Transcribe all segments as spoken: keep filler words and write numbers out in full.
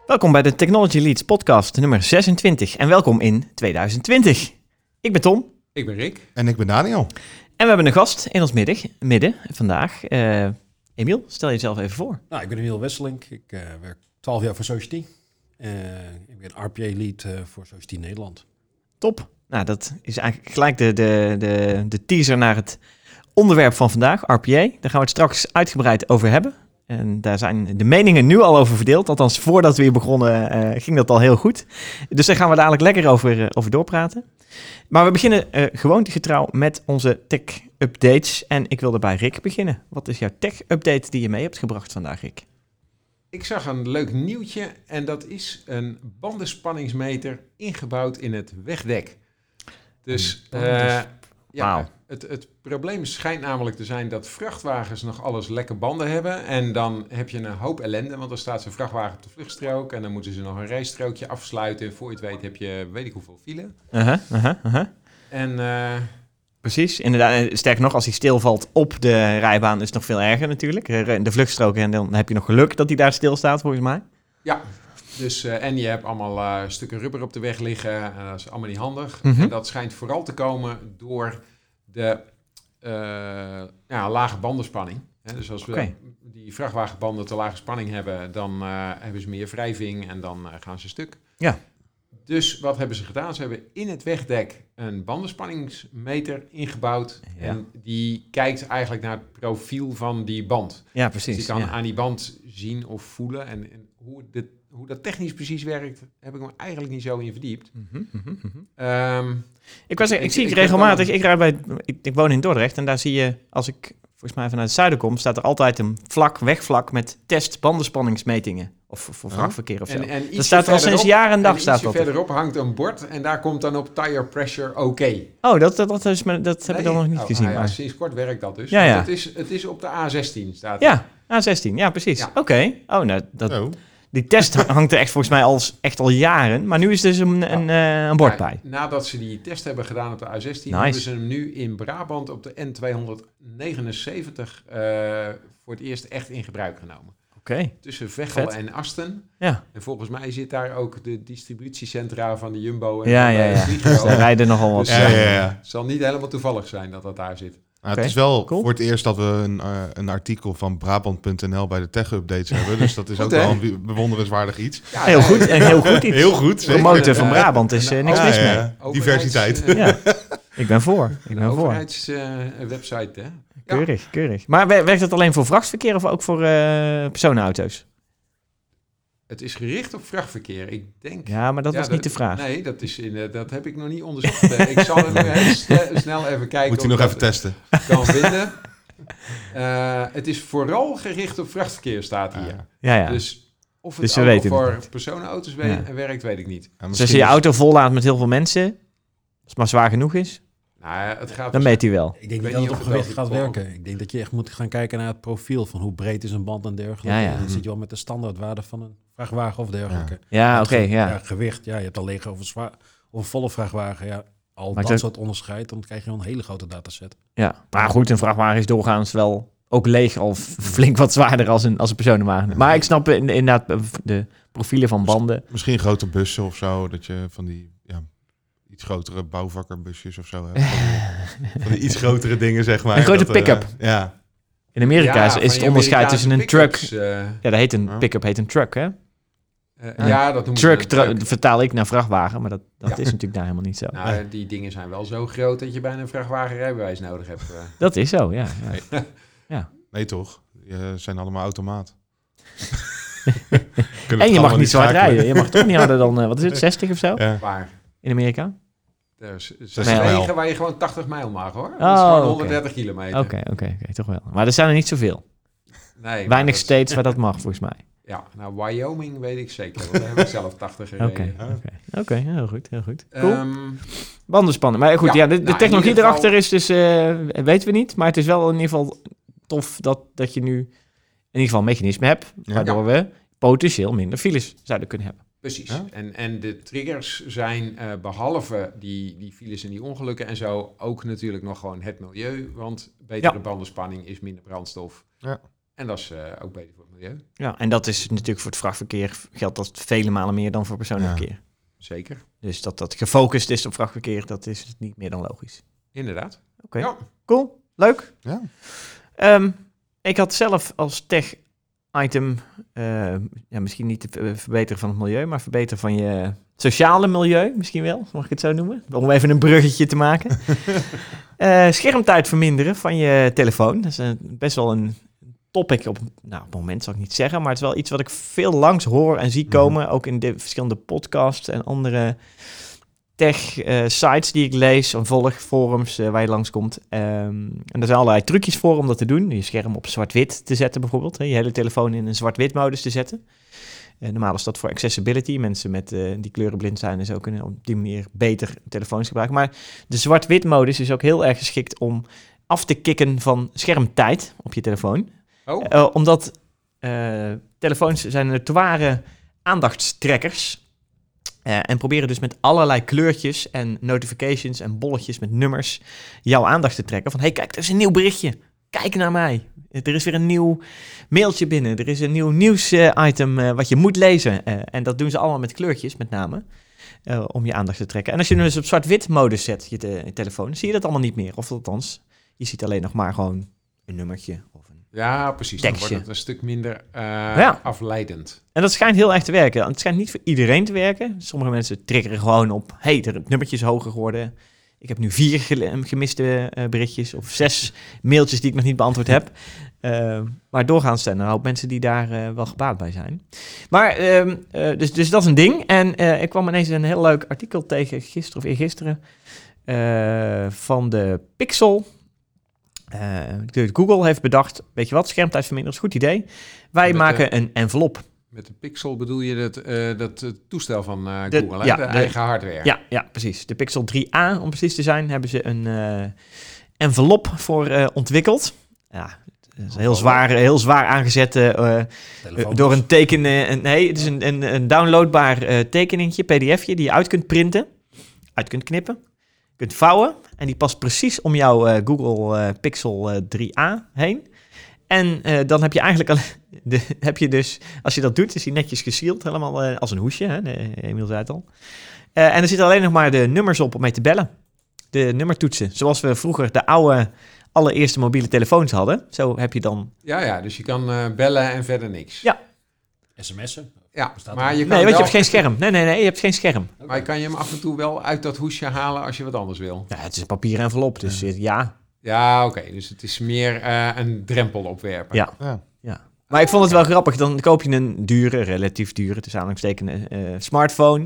Welkom bij de Technology Leads podcast nummer zesentwintig en welkom in tweeduizend twintig. Ik ben Tom. Ik ben Rick. En ik ben Daniel. En we hebben een gast in ons midden, midden vandaag. Uh, Emiel, stel jezelf even voor. Nou, ik ben Emiel Wesselink. Ik uh, werk twaalf jaar voor Society. Uh, ik ben R P A-lead uh, voor Society Nederland. Top. Nou, dat is eigenlijk gelijk de, de, de, de teaser naar het onderwerp van vandaag, R P A. Daar gaan we het straks uitgebreid over hebben. En daar zijn de meningen nu al over verdeeld. Althans, voordat we hier begonnen uh, ging dat al heel goed. Dus daar gaan we dadelijk lekker over, uh, over doorpraten. Maar we beginnen uh, gewoontegetrouw met onze tech-updates. En ik wilde bij Rick beginnen. Wat is jouw tech-update die je mee hebt gebracht vandaag, Rick? Ik zag een leuk nieuwtje en dat is een bandenspanningsmeter ingebouwd in het wegdek. Dus uh, ja, wow. het, het probleem schijnt namelijk te zijn dat vrachtwagens nog alles lekke banden hebben. En dan heb je een hoop ellende, want dan staat zo'n vrachtwagen op de vluchtstrook en dan moeten ze nog een rijstrookje afsluiten. En voor je het weet heb je weet ik hoeveel file. Uh-huh, uh-huh, uh-huh. En... Uh, Precies, inderdaad. Sterker nog, als hij stilvalt op de rijbaan is het nog veel erger natuurlijk. De vluchtstrook en dan heb je nog geluk dat hij daar stilstaat volgens mij. Ja, dus, uh, en je hebt allemaal uh, stukken rubber op de weg liggen. En dat is allemaal niet handig. Mm-hmm. En dat schijnt vooral te komen door de uh, ja, lage bandenspanning. He, dus als we okay. die vrachtwagenbanden te lage spanning hebben, dan uh, hebben ze meer wrijving en dan uh, gaan ze stuk. Ja. Dus wat hebben ze gedaan? Ze hebben in het wegdek een bandenspanningsmeter ingebouwd. Ja. En die kijkt eigenlijk naar het profiel van die band. Ja, precies. Dus je kan ja. aan die band zien of voelen. En, en hoe, dit, hoe dat technisch precies werkt, heb ik me eigenlijk niet zo in verdiept. Mm-hmm, mm-hmm. Um, ik was, ik, ik zie ik regelmatig, ik, rijd bij, ik, ik woon in Dordrecht en daar zie je, als ik volgens mij vanuit het zuiden kom, staat er altijd een vlak, wegvlak met test bandenspanningsmetingen. Of voor vrachtverkeer of zo. En, en dat staat er al sinds jaar en dag. En staat dat verderop hangt een bord en daar komt dan op tire pressure oké. Okay. Oh, dat, dat, dat, is, dat heb nee. ik dan nog niet oh, gezien. Ah, ja, maar. Sinds kort werkt dat dus. Ja, ja. Het, is, het is op de A zestien staat Ja, A zestien, ja precies. Ja. Oké. Okay. Oh, nou, dat, oh. Die test hangt er echt volgens mij al, echt al jaren. Maar nu is er dus een, een, uh, een bord ja, bij. Nadat ze die test hebben gedaan op de A zestien... Nice. hebben ze hem nu in Brabant op de N tweehonderdnegenenzeventig... Uh, voor het eerst echt in gebruik genomen. Okay. Tussen Veghel Vet. en Asten. Ja. En volgens mij zit daar ook de distributiecentra van de Jumbo. En ja, ja, ja. Ze rijden nogal wat. Dus, ja, ja, ja. Het zal niet helemaal toevallig zijn dat dat daar zit. Nou, okay. Het is wel cool. voor het eerst dat we een, uh, een artikel van Brabant punt n l bij de tech-updates hebben. Dus dat is goed, ook hè? wel een bewonderenswaardig iets. Ja, heel goed. En heel goed iets. Heel goed. Promoten van Brabant is uh, niks ja, mis ja, ja. mee. Diversiteit. Uh, ja. Ik ben voor. Ik ben een voor. overheidswebsite, uh, hè? Keurig, ja. keurig. Maar werkt het alleen voor vrachtverkeer of ook voor uh, personenauto's? Het is gericht op vrachtverkeer. Ik denk... Ja, maar dat ja, was dat, niet de vraag. Nee, dat, is in, dat heb ik nog niet onderzocht. Ik zal er nu heel sne- snel even kijken. Moet je nog even testen. Kan vinden. Uh, het is vooral gericht op vrachtverkeer, staat hier. Ja, ja. Dus of het dus ook weten voor het personenauto's ja. werkt, weet ik niet. Ja, dus als je je auto vollaat met heel veel mensen, als het maar zwaar genoeg is, nou, het gaat dan meet hij wel. Ik denk ik niet dat het op gewicht het gaat voor... werken. Ik denk dat je echt moet gaan kijken naar het profiel van hoe breed is een band en dergelijke. Ja, ja. En dan zit je wel met de standaardwaarde van een vrachtwagen of dergelijke. Ja, ja oké. Okay, ja. ja, gewicht, ja, je hebt al lege of een, zwaar, of een volle vrachtwagen. Ja, al maar dat het... soort onderscheid, dan krijg je wel een hele grote dataset. Ja, maar goed, een vrachtwagen is doorgaans wel ook leeg al flink wat zwaarder als een, als een personenwagen. Maar ik snap inderdaad de profielen van banden. Misschien grote bussen of zo, dat je van die ja, iets grotere bouwvakkerbusjes of zo hebt. Van die, van die iets grotere dingen, zeg maar. Een grote dat, pick-up. Uh, ja. In Amerika ja, is, is het onderscheid tussen een truck... Uh, ja, dat heet een pick-up, heet een truck, hè? Uh, ja, ja, dat noemen truck, ze een truck. Tra- vertaal ik naar vrachtwagen, maar dat, dat ja. is natuurlijk daar helemaal niet zo. Nou, nee. Die dingen zijn wel zo groot dat je bijna een vrachtwagenrijbewijs nodig hebt. Uh. Dat is zo, ja. ja. ja. Nee, toch? Je zijn allemaal automaat. En je mag niet zo hard rijden. Je mag toch niet harder dan, uh, wat is het, zestig of zo? Ja. Waar? In Amerika? Er zijn wegen waar je gewoon tachtig mijl mag, hoor. Dat oh, is gewoon okay. honderddertig kilometer. Oké, okay, oké, okay, okay, toch wel. Maar er zijn er niet zoveel. Nee. Weinig states is... waar dat mag, volgens mij. Ja, nou, Wyoming weet ik zeker. Want daar heb ik zelf tachtig gereden. Oké, okay, oké. Okay. Okay, heel goed, heel goed. Cool. Um, Bandenspannen. Maar goed, ja, ja de, de nou, technologie geval... erachter is dus, uh, weten we niet. Maar het is wel in ieder geval tof dat, dat je nu in ieder geval een mechanisme hebt, waardoor ja. we potentieel minder files zouden kunnen hebben. Precies. Ja? En, en de triggers zijn uh, behalve die, die files en die ongelukken en zo ook natuurlijk nog gewoon het milieu. Want betere ja. bandenspanning is minder brandstof. Ja. En dat is uh, ook beter voor het milieu. Ja, en dat is natuurlijk voor het vrachtverkeer geldt dat vele malen meer dan voor persoonlijk Ja. verkeer. Zeker. Dus dat dat gefocust is op vrachtverkeer, dat is niet meer dan logisch. Inderdaad. Oké, Ja. cool. Leuk. Ja. Um, ik had zelf als tech-item, uh, ja, misschien niet het uh, verbeteren van het milieu, maar verbeteren van je sociale milieu, misschien wel, mag ik het zo noemen? Om even een bruggetje te maken. uh, schermtijd verminderen van je telefoon. Dat is een, best wel een topic op, nou, op het moment zal ik niet zeggen, maar het is wel iets wat ik veel langs hoor en zie komen, mm-hmm. ook in de verschillende podcasts en andere tech-sites uh, die ik lees en volg, forums uh, waar je langskomt. Um, en er zijn allerlei trucjes voor om dat te doen. Je scherm op zwart-wit te zetten bijvoorbeeld. Hè? Je hele telefoon in een zwart-wit modus te zetten. Uh, normaal is dat voor accessibility. Mensen met, uh, die kleurenblind zijn en zo kunnen op die manier beter telefoons gebruiken. Maar de zwart-wit modus is ook heel erg geschikt om af te kicken van schermtijd op je telefoon. Oh. Uh, omdat uh, telefoons zijn notoire aandachtstrekkers. Uh, en proberen dus met allerlei kleurtjes en notifications en bolletjes met nummers jouw aandacht te trekken. Van, hé, hey, kijk, er is een nieuw berichtje. Kijk naar mij. Er is weer een nieuw mailtje binnen. Er is een nieuw nieuwsitem uh, uh, wat je moet lezen. Uh, en dat doen ze allemaal met kleurtjes, met name. Uh, om je aandacht te trekken. En als je nu dus op zwart-wit modus zet, je, te, je telefoon, zie je dat allemaal niet meer. Of althans, je ziet alleen nog maar gewoon een nummertje of een Ja, precies. tekstje. Dan wordt het een stuk minder uh, ja. afleidend. En dat schijnt heel erg te werken. Het schijnt niet voor iedereen te werken. Sommige mensen triggeren gewoon op, hé, hey, het nummertje is hoger geworden. Ik heb nu vier gemiste uh, berichtjes of zes mailtjes die ik nog niet beantwoord heb. Uh, maar doorgaans zijn er een hoop mensen die daar uh, wel gebaat bij zijn. Maar, uh, uh, dus, dus dat is een ding. En uh, ik kwam ineens een heel leuk artikel tegen gisteren of eergisteren uh, van de Pixel. Uh, Google heeft bedacht, weet je wat, schermtijd verminderen is een goed idee. Wij Met maken de, een envelop. Met de Pixel bedoel je dat, uh, dat uh, toestel van uh, de, Google, hè? Ja, de, de eigen hardware. Ja, ja, precies. De Pixel drie a, om precies te zijn, hebben ze een uh, envelop voor uh, ontwikkeld. Ja, dat is heel zwaar, heel zwaar aangezet uh, door een teken. Uh, een, nee, het is een, een, een downloadbaar uh, tekeningetje, P D F'je, die je uit kunt printen, uit kunt knippen, kunt vouwen. En die past precies om jouw uh, Google uh, Pixel uh, drie a heen. En uh, dan heb je eigenlijk al, de, heb je dus, als je dat doet, is die netjes gesealed, helemaal uh, als een hoesje, hè? Nee, Emiel zei het al. Uh, en er zitten alleen nog maar de nummers op om mee te bellen. De nummertoetsen, zoals we vroeger de oude, allereerste mobiele telefoons hadden. Zo heb je dan... Ja, ja, dus je kan uh, bellen en verder niks. Ja. sms'en? Ja, maar je kan nee, want wel... je hebt geen scherm. Nee, nee, nee, je hebt geen scherm. Okay. Maar je kan je hem af en toe wel uit dat hoesje halen als je wat anders wil. Ja, het is een papieren envelop, dus ja. ja. Ja, oké. Okay. Dus het is meer uh, een drempel opwerpen. Ja. Ja. ja. Maar ik vond het wel grappig. Dan koop je een dure, relatief dure, tussen aanhalingstekens, uh, smartphone.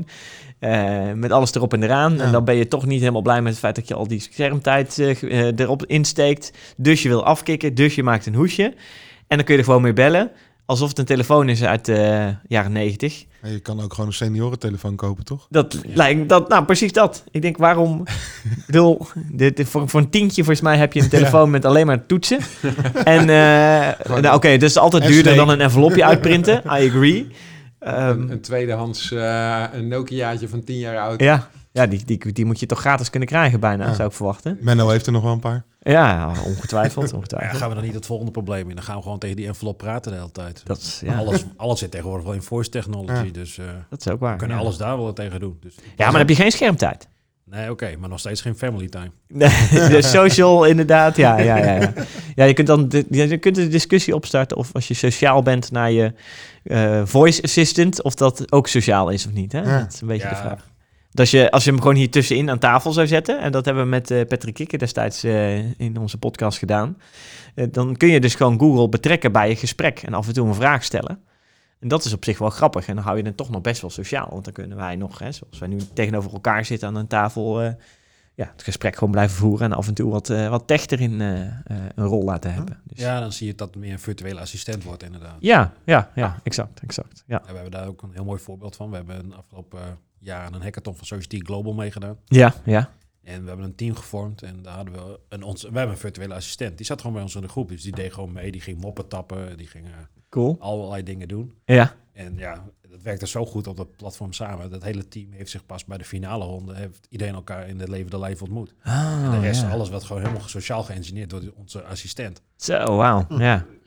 Uh, met alles erop en eraan. Ja. En dan ben je toch niet helemaal blij met het feit dat je al die schermtijd uh, uh, erop insteekt. Dus je wil afkicken, dus je maakt een hoesje. En dan kun je er gewoon mee bellen. Alsof het een telefoon is uit de uh, jaren negentig. Ja, je kan ook gewoon een seniorentelefoon kopen, toch? Dat ja. lijkt dat, nou precies dat. Ik denk, waarom? bedoel, dit, dit, voor, voor een tientje volgens mij heb je een telefoon ja. met alleen maar toetsen. en uh, nou, oké, okay, dus altijd en duurder dan een envelopje uitprinten. I agree. Um, een, een tweedehands uh, een Nokiaatje van tien jaar oud. Ja, ja die, die, die moet je toch gratis kunnen krijgen bijna, ja. zou ik verwachten. Menno heeft er nog wel een paar. Ja, ongetwijfeld. ongetwijfeld. Ja, gaan we dan niet het volgende probleem in? Dan gaan we gewoon tegen die envelop praten de hele tijd. Dat is, ja. alles, alles zit tegenwoordig wel in voice technology, ja. dus uh, dat is ook waar. We kunnen ja. alles daar wel tegen doen. Dus, ja, maar dan heb je geen schermtijd. Nee, oké, okay, maar nog steeds geen family time. Nee, de social inderdaad, ja, ja, ja, ja. Ja, je kunt dan de, je kunt de discussie opstarten of als je sociaal bent naar je uh, voice assistant, of dat ook sociaal is of niet. Hè? Ja. Dat is een beetje ja. de vraag. Dus je, als je hem gewoon hier tussenin aan tafel zou zetten, en dat hebben we met uh, Patrick Kikker destijds uh, in onze podcast gedaan, uh, dan kun je dus gewoon Google betrekken bij je gesprek en af en toe een vraag stellen. En dat is op zich wel grappig. En dan hou je het toch nog best wel sociaal. Want dan kunnen wij nog, hè, zoals wij nu tegenover elkaar zitten aan een tafel, uh, ja, het gesprek gewoon blijven voeren en af en toe wat, uh, wat tech erin uh, uh, een rol laten hebben. Dus. Ja, dan zie je dat het meer een virtuele assistent wordt inderdaad. Ja, ja, ja, exact, exact. Ja. Ja, we hebben daar ook een heel mooi voorbeeld van. We hebben een afgelopen uh, jaar aan een hackathon van Society Global meegedaan. Ja, ja. En we hebben een team gevormd en daar hadden we een, ons, we hebben een virtuele assistent. Die zat gewoon bij ons in de groep, dus die deed gewoon mee. Die ging moppen tappen, die ging uh, cool. allerlei dingen doen. Ja. En ja, dat werkte zo goed op dat platform samen. Dat hele team heeft zich pas bij de finale ronde, heeft iedereen elkaar in de levende lijf ontmoet. Oh, en de rest, ja. alles werd gewoon helemaal sociaal geëngineerd door die, onze assistent. Zo, wauw. Ja, ja.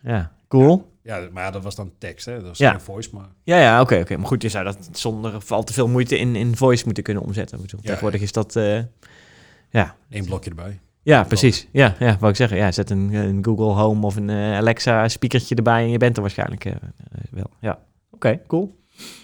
Cool. Ja, maar dat was dan tekst, hè? Dat was Ja. geen voice, maar... Ja, ja, oké, oké. Maar goed, je zou dat zonder al te veel moeite in, in voice moeten kunnen omzetten. Ik bedoel, Ja, tegenwoordig ja. is dat... Uh, ja. Eén blokje erbij. Ja, precies. Ja, ja, wou ik zeggen. Ja, zet een, een Google Home of een uh, Alexa speakertje erbij en je bent er waarschijnlijk uh, wel. Ja, oké, okay, cool.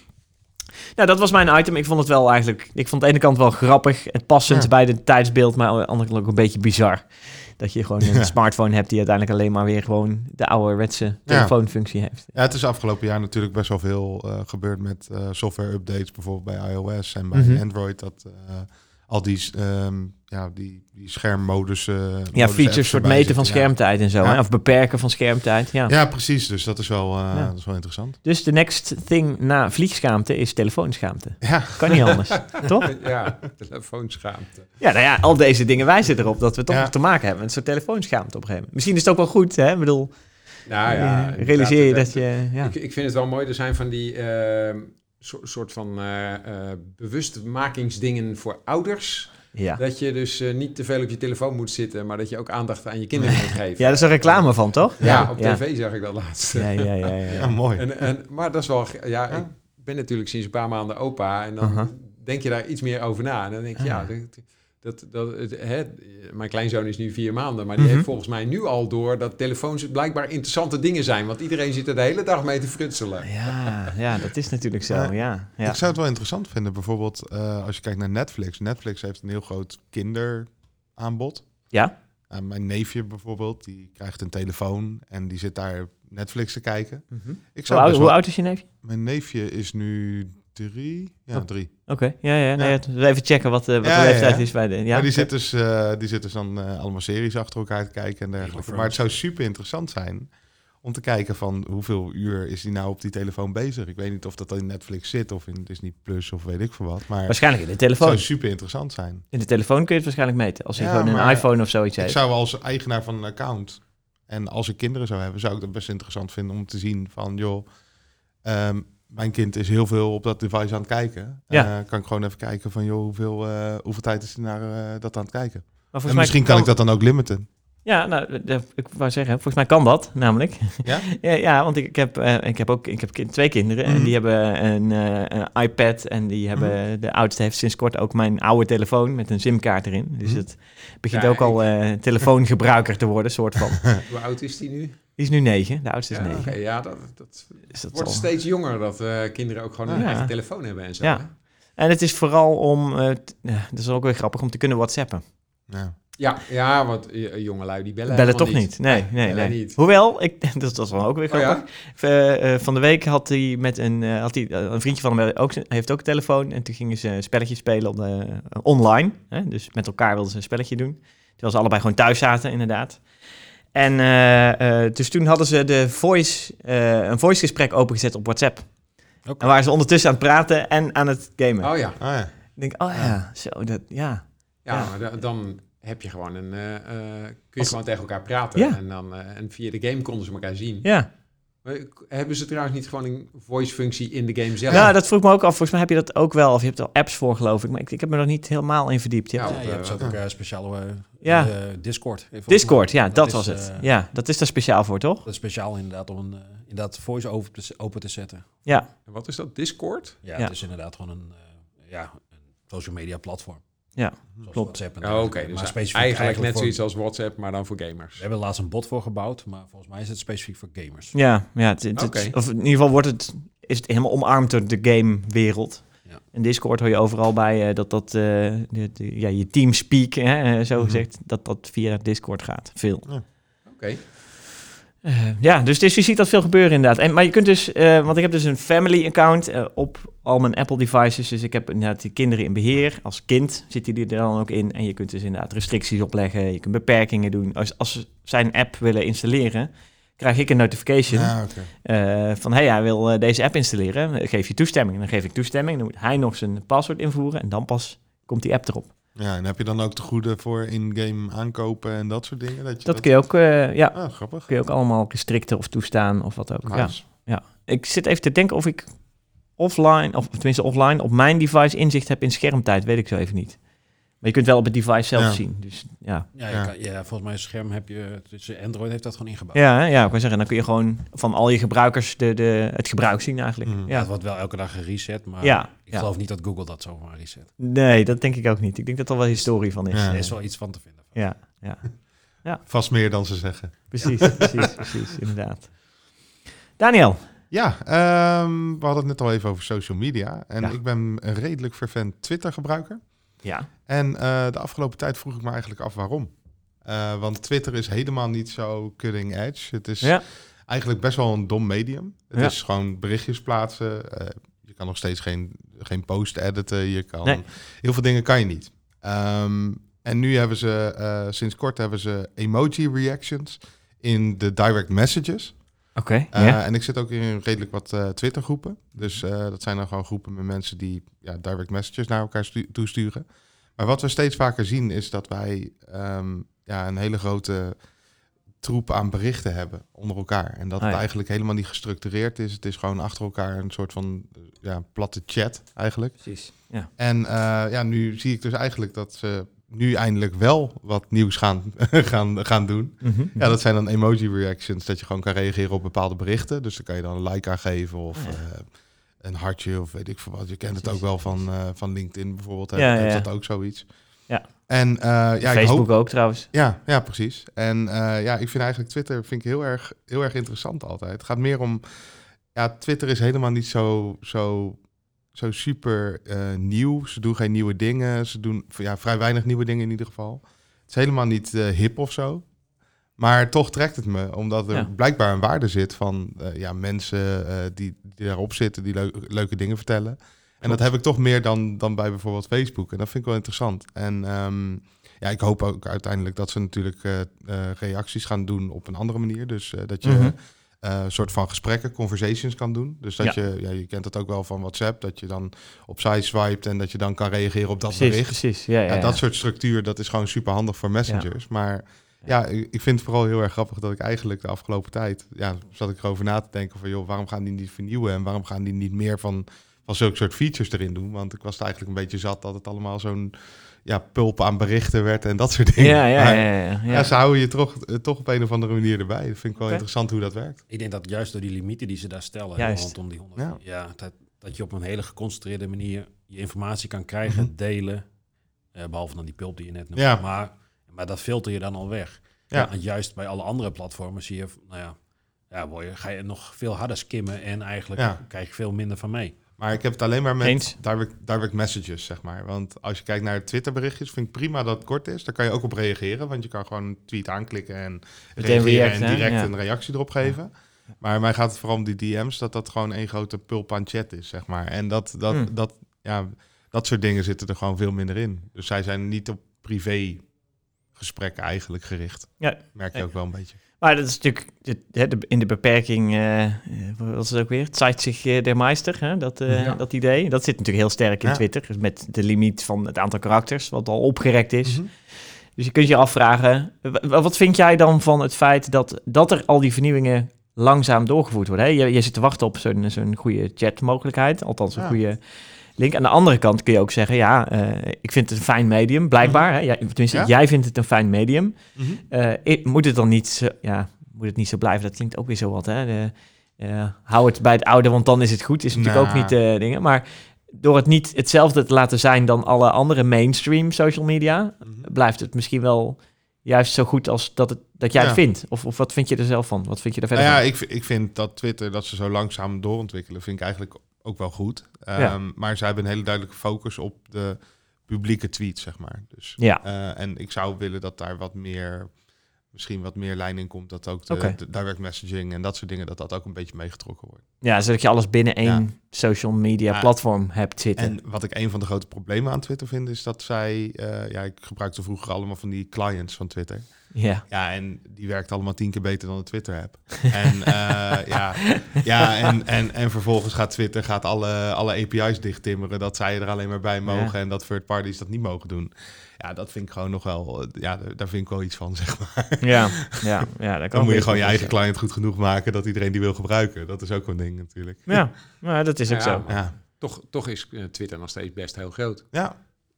Nou, dat was mijn item. Ik vond het wel eigenlijk... Ik vond aan de ene kant wel grappig en passend ja. bij het tijdsbeeld, maar aan de andere kant ook een beetje bizar. Dat je gewoon een ja. smartphone hebt die uiteindelijk alleen maar weer gewoon de ouderwetse telefoonfunctie ja. heeft. Ja, het is afgelopen jaar natuurlijk best wel veel uh, gebeurd met uh, software-updates, bijvoorbeeld bij iOS en bij mm-hmm. Android. Dat uh, al die, um, ja, die, die schermmodus... Uh, ja, features soort meten van schermtijd ja. en zo. Ja. Hè? Of beperken van schermtijd. Ja, ja precies. Dus dat is, wel, uh, ja. dat is wel interessant. Dus de next thing na vliegschaamte is telefoonschaamte. Ja. Kan niet anders, toch? Ja, telefoonschaamte. Ja, nou ja, al deze dingen wijzen erop dat we toch ja. nog te maken hebben met zo'n telefoonschaamte op een gegeven moment. Misschien is het ook wel goed, hè? Ik bedoel, nou ja, realiseer je dat, dat je... Ja. Ik, ik vind het wel mooi, er zijn van die... Uh, so, soort van uh, uh, bewustmakingsdingen voor ouders... Ja. Dat je dus uh, niet te veel op je telefoon moet zitten, maar dat je ook aandacht aan je kinderen moet geven. Ja, dat is een reclame van, toch? Ja, ja op tv ja. zag ik dat laatst. Ja, ja, ja, ja, ja. ja mooi. En, en, maar dat is wel... Ja, ja, ik ben natuurlijk sinds een paar maanden opa en dan uh-huh. denk je daar iets meer over na. En dan denk je, uh-huh. ja, dat, dat, dat, hè, mijn kleinzoon is nu vier maanden, maar die uh-huh. heeft volgens mij nu al door dat telefoons blijkbaar interessante dingen zijn, want iedereen zit er de hele dag mee te frutselen. Ja, ja dat is natuurlijk zo, ja. Ja, ja. Ik zou het wel interessant vinden, bijvoorbeeld uh, als je kijkt naar Netflix. Netflix heeft een heel groot kinderaanbod. Ja. Uh, mijn neefje bijvoorbeeld, die krijgt een telefoon en die zit daar Netflix te kijken. Mm-hmm. Ik zou hoe, oud, hoe oud is je neefje? Mijn neefje is nu drie. Ja, oh. drie. Oké, okay. ja, ja, nee, ja. Dus even checken wat, uh, wat ja, de leeftijd ja, ja. is bij de... Ja, ja die, okay. zit dus, uh, die zit dus dan uh, allemaal series achter elkaar te kijken en dergelijke. Maar het zou super interessant zijn om te kijken van hoeveel uur is hij nou op die telefoon bezig. Ik weet niet of dat in Netflix zit of in Disney Plus of weet ik veel wat. Maar waarschijnlijk in de telefoon. Het zou super interessant zijn. In de telefoon kun je het waarschijnlijk meten. Als je ja, gewoon een iPhone of zoiets heeft. Ik zou als eigenaar van een account en als ik kinderen zou hebben, zou ik dat best interessant vinden om te zien van joh... Um, mijn kind is heel veel op dat device aan het kijken. Ja. Uh, kan ik gewoon even kijken van, joh, hoeveel, uh, hoeveel tijd is hij naar uh, dat aan het kijken? Maar en misschien kan, kan ik dat dan ook limiten. Ja, nou, ik wou zeggen, volgens mij kan dat, namelijk. Ja? ja, ja, want ik, ik, heb, uh, ik heb ook ik heb kind, twee kinderen mm-hmm. en die hebben een, uh, een iPad en die hebben, mm-hmm. de oudste heeft sinds kort ook mijn oude telefoon met een simkaart erin. Dus mm-hmm. het begint ja, ook ik... al uh, telefoongebruiker te worden, soort van. Hoe oud is die nu? Die is nu negen, de oudste is ja, negen. Okay, ja, dat, dat, dus dat wordt al... steeds jonger dat uh, kinderen ook gewoon een ja. eigen telefoon hebben en zo. Ja. Hè? En het is vooral om, uh, t- uh, dat is ook weer grappig, om te kunnen WhatsAppen. Ja. Ja, ja, want uh, jongelui die bellen Bellen toch niet. niet? Nee, nee, nee. Niet. Hoewel, ik, dat was dan ook weer grappig. Oh, ja? uh, uh, van de week had hij met een, uh, had hij, uh, een vriendje van hem ook, heeft ook een telefoon. En toen gingen ze een spelletje spelen op de, uh, online. Hè? Dus met elkaar wilden ze een spelletje doen. Terwijl ze allebei gewoon thuis zaten, inderdaad. En uh, uh, dus toen hadden ze de voice, uh, een voice gesprek opengezet op WhatsApp. Okay. En waren ze ondertussen aan het praten en aan het gamen. Oh ja. Oh, ja. Ik denk, oh ja, ja. zo, dat, ja. Ja, ja. maar da- dan heb je gewoon een, uh, uh, kun je Als... gewoon tegen elkaar praten. Ja. En, dan, uh, en via de game konden ze elkaar zien. Ja. Maar hebben ze trouwens niet gewoon een voice-functie in de game zelf? Ja, dat vroeg me ook af. Volgens mij heb je dat ook wel. Of je hebt er apps voor, geloof ik. Maar ik, ik heb me er niet helemaal in verdiept. Je ja, hebt, ja, je hebt ook een uh, speciale uh, ja. uh, Discord. Discord, ja, dat, dat was is, het. Uh, ja, dat is daar speciaal voor, toch? Dat is speciaal inderdaad om een uh, inderdaad voice open te, open te zetten. Ja. En wat is dat, Discord? Ja, ja. het is inderdaad gewoon een, uh, ja, een social media platform. Ja, zoals klopt. WhatsApp. Oh, Oké, okay. dus eigenlijk, eigenlijk net voor... zoiets als WhatsApp, maar dan voor gamers. We hebben laatst een bot voor gebouwd, maar volgens mij is het specifiek voor gamers. Ja, ja het, het, okay. het, of in ieder geval wordt het, is het helemaal omarmd door de gamewereld. Ja. En Discord hoor je overal bij uh, dat dat uh, de, de, ja, je teamspeak, hè, zo mm-hmm. gezegd, dat dat via Discord gaat. Veel. Ja. Oké. Okay. Uh, ja, dus, dus je ziet dat veel gebeuren inderdaad. En, maar je kunt dus, uh, want ik heb dus een family account uh, op al mijn Apple devices. Dus ik heb inderdaad die kinderen in beheer. Als kind zitten die er dan ook in. En je kunt dus inderdaad restricties opleggen. Je kunt beperkingen doen. Als, als ze zijn app willen installeren, krijg ik een notification ah, okay. uh, van... hey, hij wil uh, deze app installeren. Geef je toestemming. Dan geef ik toestemming. Dan moet hij nog zijn paswoord invoeren. En dan pas komt die app erop. Ja, en heb je dan ook de goede voor in-game aankopen en dat soort dingen? Dat, je dat, dat... kun je ook, uh, ja. Ah, grappig. Kun je ook allemaal restricten of toestaan of wat ook. Nice. Ja, ja. Ik zit even te denken of ik offline, of tenminste offline, op mijn device inzicht heb in schermtijd. Weet ik zo even niet. Maar je kunt wel op het device zelf Ja. zien. Dus ja. Ja, je Ja. Kan, ja, volgens mij een scherm heb je... Dus Android heeft dat gewoon ingebouwd. Ja, hè? Ja, ik kan zeggen, dan kun je gewoon van al je gebruikers de, de, het gebruik zien eigenlijk. Mm. Ja. Dat wordt wel elke dag gereset, maar Ja, ik ja. geloof niet dat Google dat zomaar reset. Nee, dat denk ik ook niet. Ik denk dat er wel historie van is. Ja. Er Ja, is wel iets van te vinden. ja, ja. Vast meer dan ze zeggen. Precies, precies, precies, inderdaad. Daniel. Ja, ehm, we hadden het net al even over social media. En Ja. ik ben een redelijk fervent Twitter-gebruiker. Ja. En uh, de afgelopen tijd vroeg ik me eigenlijk af waarom. Uh, want Twitter is helemaal niet zo cutting edge. Het is Ja. eigenlijk best wel een dom medium. Het Ja. is gewoon berichtjes plaatsen. Uh, je kan nog steeds geen, geen post editen. Je kan, Nee. Heel veel dingen kan je niet. Um, en nu hebben ze, uh, sinds kort hebben ze emoji reactions in de direct messages. Oké, Uh, ja. En ik zit ook in redelijk wat uh, Twitter groepen. Dus uh, dat zijn dan gewoon groepen met mensen die ja, direct messages naar elkaar stu- toesturen. Maar wat we steeds vaker zien is dat wij um, ja, een hele grote troep aan berichten hebben onder elkaar. En dat Ah, ja. het eigenlijk helemaal niet gestructureerd is. Het is gewoon achter elkaar een soort van ja, platte chat eigenlijk. Precies. Ja. En uh, ja, nu zie ik dus eigenlijk dat ze nu eindelijk wel wat nieuws gaan, gaan, gaan doen. Mm-hmm. Ja, dat zijn dan emoji reactions, dat je gewoon kan reageren op bepaalde berichten. Dus dan kan je dan een like aan geven of Oh, ja. uh, een hartje of weet ik veel wat. Je kent het Precies, ook wel van, uh, van LinkedIn bijvoorbeeld. Ja, Ja, ja, is ja. dat ook zoiets. Ja. En uh, ja, ik Facebook hoop, ook trouwens. ja, ja, precies. En uh, ja, ik vind eigenlijk Twitter vind ik heel erg, heel erg interessant altijd. Het gaat meer om, ja, Twitter is helemaal niet zo, zo, zo super uh, nieuw. Ze doen geen nieuwe dingen. Ze doen ja, vrij weinig nieuwe dingen in ieder geval. Het is helemaal niet uh, hip of zo. Maar toch trekt het me, omdat er Ja. blijkbaar een waarde zit van uh, ja, mensen uh, die, die daarop zitten, die leu- leuke dingen vertellen. En dat heb ik toch meer dan, dan bij bijvoorbeeld Facebook. En dat vind ik wel interessant. En um, ja, ik hoop ook uiteindelijk dat ze natuurlijk uh, uh, reacties gaan doen op een andere manier. Dus uh, dat je Mhm. een uh, soort van gesprekken, conversations kan doen. Dus dat Ja. je, ja, je kent het ook wel van WhatsApp, dat je dan opzij swipet en dat je dan kan reageren op dat Precies, bericht. precies. Ja, ja, Ja, ja. dat soort structuur, dat is gewoon super handig voor messengers. Maar ja, ik ik vind het vooral heel erg grappig dat ik eigenlijk de afgelopen tijd, ja, zat ik erover na te denken van, joh, waarom gaan die niet vernieuwen en waarom gaan die niet meer van, van zulke soort features erin doen? Want ik was het eigenlijk een beetje zat dat het allemaal zo'n ja, pulp aan berichten werd en dat soort dingen. Ja, ja, Maar, ja, ja, ja. ja, ze houden je toch, eh, toch op een of andere manier erbij. Dat vind ik wel Oké. interessant hoe dat werkt. Ik denk dat juist door die limieten die ze daar stellen, Juist. rondom die honderd, Ja. ja, dat, dat je op een hele geconcentreerde manier je informatie kan krijgen, Mhm. delen, eh, behalve dan die pulp die je net noemde. Ja. Maar, maar dat filter je dan al weg. Ja. En juist bij alle andere platformen zie je, nou ja, ja word je, ga je nog veel harder skimmen en eigenlijk Ja. krijg je veel minder van mee. Maar ik heb het alleen maar met Eens. direct, direct messages, zeg maar. Want als je kijkt naar Twitter berichtjes, vind ik prima dat het kort is. Daar kan je ook op reageren, want je kan gewoon een tweet aanklikken en Meteen reageren react, en hè? direct Ja. een reactie erop geven. Maar mij gaat het vooral om die D M's, dat dat gewoon één grote pulp aan chat is, zeg maar. En dat, dat, Hmm. dat, ja, dat soort dingen zitten er gewoon veel minder in. Dus zij zijn niet op privé gesprekken eigenlijk gericht. Ja. Merk je Ja. ook wel een beetje. Maar dat is natuurlijk de, de, de- in de beperking, eh eh, wat is het ook weer? Het zeigt zich eh, der Meister, hè? Dat, eh, Ja. dat idee. Dat zit natuurlijk heel sterk in Ja. Twitter, dus met de limiet van het aantal karakters, wat al opgerekt is. Mhm. Dus je kunt je afvragen, w- wat vind jij dan van het feit dat, dat er al die vernieuwingen langzaam doorgevoerd worden? Hè? Je, je zit te wachten op zo'n, zo'n goede chatmogelijkheid, althans een Ja. goede link. Aan de andere kant kun je ook zeggen, ja, eh, ik vind het een fijn medium, blijkbaar. Hè? Ja, tenminste, Ja? jij vindt het een fijn medium. Mhm. Eh, ik- moet het dan niet zo, ja, moet het niet zo blijven? Dat klinkt ook weer zo wat, hè? De, eh, hou het bij het oude, want dan is het goed. Is natuurlijk Nou. ook niet eh dingen. Maar door het niet hetzelfde te laten zijn dan alle andere mainstream social media, Mhm. blijft het misschien wel juist zo goed als dat, het, dat jij Ja. het vindt. Of, of wat vind je er zelf van? Wat vind je er verder Nou ja, van? ik, v- ik vind dat Twitter, dat ze zo langzaam doorontwikkelen, vind ik eigenlijk ook wel goed. Um, Ja. Maar ze hebben een hele duidelijke focus op de publieke tweets, zeg maar. Dus, Ja. eh, en ik zou willen dat daar wat meer, misschien wat meer lijn in komt, dat ook de, Oké. de direct messaging en dat soort dingen, dat dat ook een beetje meegetrokken wordt. Ja, zodat je alles binnen één Ja. social media Ja. platform hebt zitten. En wat ik een van de grote problemen aan Twitter vind, is dat zij, uh, ja, ik gebruikte vroeger allemaal van die clients van Twitter. Ja. Ja, en die werkt allemaal tien keer beter dan de Twitter-app. En, uh, ja, ja en, en, en vervolgens gaat Twitter gaat alle, alle A P I's dichttimmeren, dat zij er alleen maar bij mogen Ja. en dat third parties dat niet mogen doen. Ja, dat vind ik gewoon nog wel, ja, daar vind ik wel iets van, zeg maar. Ja, ja, ja. Dat kan Dan moet je best gewoon je wel eigen zijn. client goed genoeg maken dat iedereen die wil gebruiken. Dat is ook een ding natuurlijk. Ja, maar dat is ook Ja, zo. maar Ja, Toch, toch is eh, Twitter nog steeds best heel groot. ja.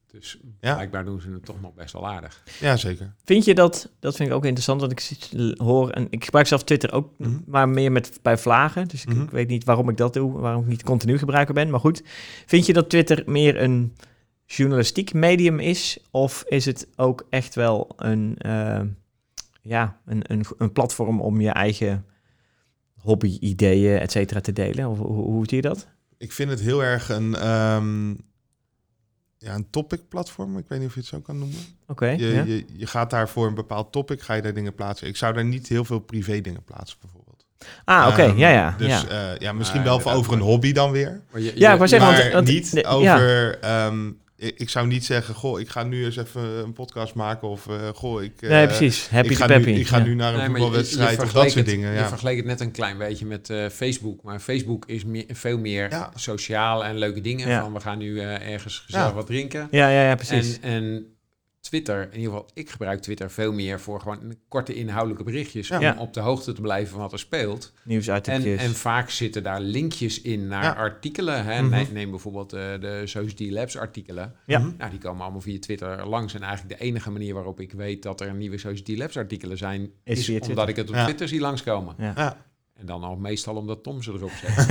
Dus Ja. blijkbaar doen ze het toch nog best wel aardig. Ja, zeker. Vind je dat, dat vind ik ook interessant, want ik zit- hoor, en ik gebruik zelf Twitter ook, Mm-hmm. maar meer met, bij vlagen. Dus ik, Mm-hmm. ik weet niet waarom ik dat doe, waarom ik niet continu gebruiker ben. Maar goed, vind je dat Twitter meer een journalistiek medium is? Of is het ook echt wel een, uh, ja, een, een, een platform om je eigen hobby, ideeën, et cetera te delen? Of, hoe, hoe zie je dat? Ik vind het heel erg een, um, ja, een topic-platform. Ik weet niet of je het zo kan noemen. Oké. Okay, je, ja. je, je gaat daar voor een bepaald topic, ga je daar dingen plaatsen. Ik zou daar niet heel veel privé dingen plaatsen, bijvoorbeeld. Ah, oké. Okay, um, ja, ja. Dus ja, uh, ja misschien ah, wel voor over een hobby dan weer. Maar je, ja, je, ik wou zeggen, maar want, want, niet de, over... Ja. Um, ik zou niet zeggen, goh, ik ga nu eens even een podcast maken of uh, goh, ik... Uh, nee, precies. Happy ik ga, peppy. nu, ik ga ja. nu naar een nee, voetbalwedstrijd je, je of dat soort het, dingen. Ja. Je vergeleek het net een klein beetje met uh, Facebook. Maar Facebook is meer, veel meer ja. sociaal en leuke dingen. Ja. Van we gaan nu uh, ergens gezellig ja. wat drinken. Ja, ja, ja, precies. En, en Twitter, in ieder geval, ik gebruik Twitter veel meer voor gewoon korte inhoudelijke berichtjes. Ja. Om ja. op de hoogte te blijven van wat er speelt. Nieuwsuitekjes. En, en vaak zitten daar linkjes in naar ja. artikelen. Hè? Mm-hmm. Neem, neem bijvoorbeeld uh, de Society Labs artikelen. Ja. Nou, die komen allemaal via Twitter langs. En eigenlijk de enige manier waarop ik weet dat er nieuwe Society Labs artikelen zijn, is, is omdat ik het op ja. Twitter zie langskomen. Ja. Ja. En dan al meestal omdat Tom ze erop zet.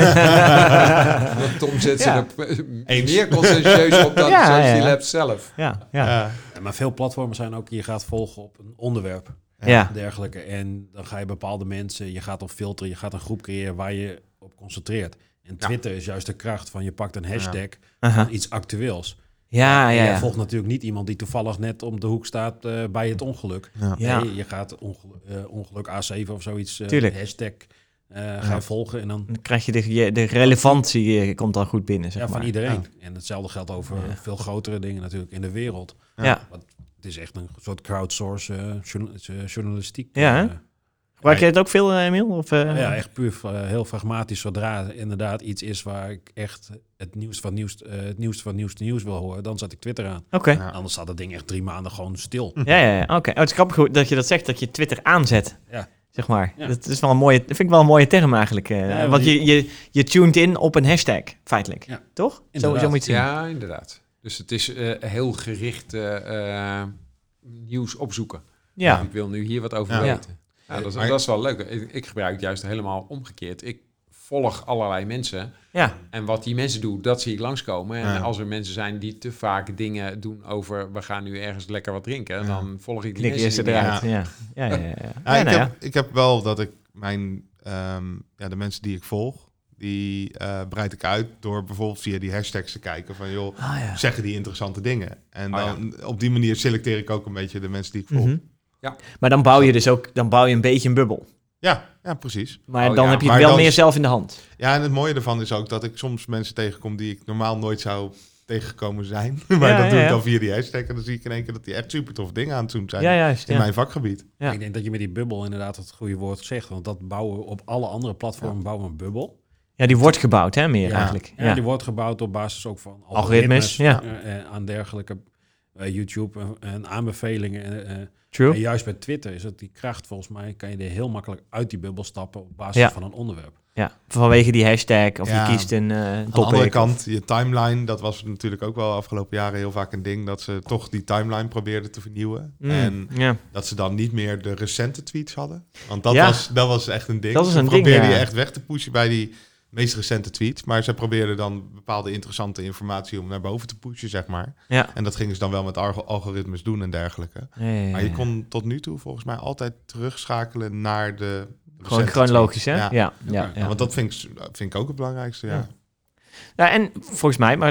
Tom zet ze ja. er meer conscientieus op dan ja, Society ja, ja. Labs zelf. Ja, ja. Ja. Ja, maar veel platformen zijn ook, je gaat volgen op een onderwerp. Ja. Dergelijke. En dan ga je bepaalde mensen, je gaat op filteren, je gaat een groep creëren waar je op concentreert. En Twitter ja. is juist de kracht van je pakt een hashtag ja. van iets actueels. Ja, ja, ja. Je volgt natuurlijk niet iemand die toevallig net om de hoek staat uh, bij het ongeluk. Ja. Ja. Nee, je gaat ongeluk, uh, ongeluk A zeven of zoiets, uh, hashtag uh, ja. ga je volgen. En dan, dan krijg je de, de relevantie, uh, komt dan goed binnen, zeg ja, maar. van iedereen. Ja. En hetzelfde geldt over ja. veel grotere dingen natuurlijk in de wereld. Ja. Ja. Wat, het is echt een soort crowdsource uh, journal, uh, journalistiek. Ja, uh, gebruik je het ook veel, Emiel? Of, uh... Ja, echt puur uh, heel pragmatisch. Zodra inderdaad iets is waar ik echt het nieuws van nieuws, uh, het nieuws van nieuws te nieuws wil horen, dan zet ik Twitter aan. Oké. Okay. Ja. Anders staat dat ding echt drie maanden gewoon stil. Ja, ja, ja. Oké. Okay. Oh, het is grappig dat je dat zegt, dat je Twitter aanzet. Ja. Zeg maar. Ja. Dat is wel een mooie, dat vind ik wel een mooie term eigenlijk. Uh, ja, want je, je, je tuned in op een hashtag, feitelijk. Ja. Toch? Zo, zo moet je het zien. Ja, inderdaad. Dus het is uh, heel gericht uh, nieuws opzoeken. Ja. Dus ik wil nu hier wat over ja. weten. Ja, dat, is, dat is wel leuk. Ik, ik gebruik het juist helemaal omgekeerd. Ik volg allerlei mensen. Ja. En wat die mensen doen, dat zie ik langskomen. En ja. als er mensen zijn die te vaak dingen doen over... we gaan nu ergens lekker wat drinken... Ja. dan volg ik die Klik mensen niet eruit. Ja. Ja. Ja, ja, ja. ja. ja, ja ik, nou heb, ik heb wel dat ik mijn... Um, ja, de mensen die ik volg... die uh, breid ik uit door bijvoorbeeld via die hashtags te kijken van joh, ah, ja. zeggen die interessante dingen. En dan oh, ja. op die manier selecteer ik ook een beetje de mensen die ik volg. Mm-hmm. Ja. Maar dan bouw je dus ook, dan bouw je een beetje een bubbel. Ja, ja, precies. Maar oh, dan ja. heb je het maar wel dan, meer zelf in de hand. Ja, en het mooie ervan is ook dat ik soms mensen tegenkom die ik normaal nooit zou tegengekomen zijn. maar ja, dat doe ja, ik dan ja. via die hashtag en dan zie ik in één keer dat die echt super tof dingen aan het doen zijn ja, juist, in ja. mijn vakgebied. Ja. Ik denk dat je met die bubbel inderdaad het goede woord zegt. Want dat bouwen op alle andere platformen ja. bouwen een bubbel. Ja, die wordt gebouwd, hè, meer ja. eigenlijk. Ja, ja, die wordt gebouwd op basis ook van algoritmes, ja. uh, aan dergelijke uh, YouTube en, en aanbevelingen. Uh, True. En juist bij Twitter is het die kracht, volgens mij kan je er heel makkelijk uit die bubbel stappen op basis ja. van een onderwerp. Ja, vanwege die hashtag of ja. je kiest een uh, topic. Aan de andere kant, of... je timeline, dat was natuurlijk ook wel afgelopen jaren heel vaak een ding, dat ze toch die timeline probeerden te vernieuwen. Mm, en ja. dat ze dan niet meer de recente tweets hadden. Want dat, ja. was, dat was echt een ding. Dat is ze een probeerden ding, ja. je echt weg te pushen bij die meest recente tweets. Maar ze probeerden dan bepaalde interessante informatie om naar boven te pushen, zeg maar. Ja. En dat gingen ze dan wel met algoritmes doen en dergelijke. Ja, ja, ja. Maar je kon tot nu toe volgens mij altijd terugschakelen naar de... Gewoon chronologisch, hè? Ja. Ja, ja, ja, ja, want dat vind ik, vind ik ook het belangrijkste, ja. ja. Nou, en volgens mij, maar